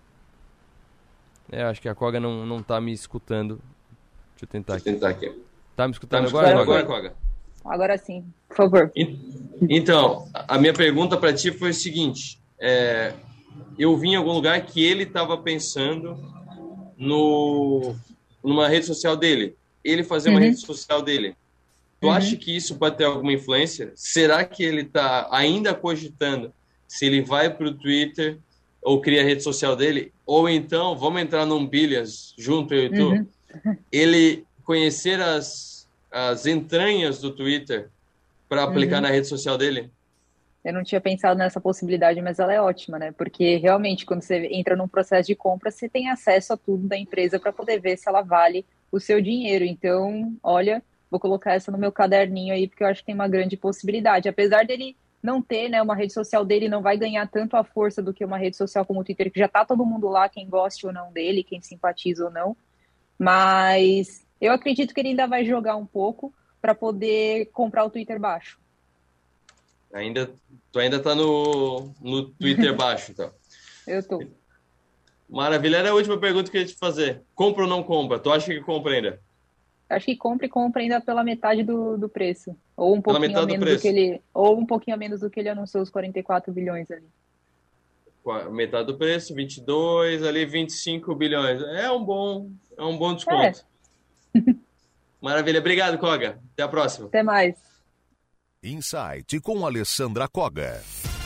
É, acho que a Koga não, não tá me escutando. Deixa eu tentar Deixa eu aqui. tentar aqui. Tá me escutando tá agora, agora, agora, Koga? Agora sim, por favor. Então, a minha pergunta para ti foi o seguinte. É, eu vi em algum lugar que ele estava pensando no, numa rede social dele. Ele fazer uma uhum. rede social dele. Tu uhum. acha que isso pode ter alguma influência? Será que ele está ainda cogitando se ele vai para o Twitter ou cria a rede social dele? Ou então, vamos entrar num Billions junto, eu e tu, uhum. ele conhecer as, as entranhas do Twitter para aplicar uhum. na rede social dele? Eu não tinha pensado nessa possibilidade, mas ela é ótima, né? Porque realmente, quando você entra num processo de compra, você tem acesso a tudo da empresa para poder ver se ela vale o seu dinheiro. Então, olha, vou colocar essa no meu caderninho aí, porque eu acho que tem uma grande possibilidade. Apesar dele não ter, né, uma rede social dele, não vai ganhar tanto a força do que uma rede social como o Twitter, que já tá todo mundo lá, quem goste ou não dele, quem simpatiza ou não. Mas eu acredito que ele ainda vai jogar um pouco para poder comprar o Twitter baixo. Ainda, tu ainda tá no, no Twitter baixo, então. Eu tô. Maravilha. Era a última pergunta que eu ia te fazer. Compra ou não compra? Tu acha que compra ainda? Acho que compra e compra ainda pela metade do, do preço. Ou um pouquinho a menos do, do que ele. Ou um pouquinho a menos do que ele anunciou, os quarenta e quatro bilhões ali. Metade do preço, vinte e dois, ali vinte e cinco bilhões. É um bom, é um bom desconto. É. Maravilha. Obrigado, Koga. Até a próxima. Até mais. Insight com Alessandra Koga.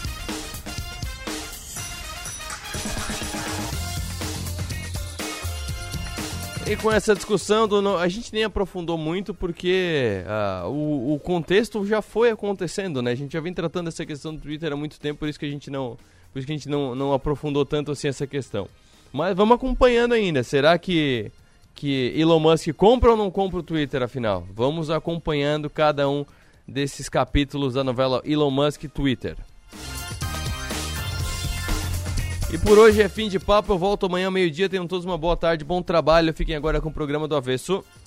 E com essa discussão, do, a gente nem aprofundou muito porque uh, o, o contexto já foi acontecendo, né? A gente já vem tratando essa questão do Twitter há muito tempo, por isso que a gente não, por isso que a gente não, não aprofundou tanto assim essa questão. Mas vamos acompanhando ainda. Será que, que Elon Musk compra ou não compra o Twitter, afinal? Vamos acompanhando cada um desses capítulos da novela Elon Musk Twitter. E por hoje é fim de papo, eu volto amanhã ao meio-dia, tenham todos uma boa tarde, bom trabalho, fiquem agora com o programa do Avesso.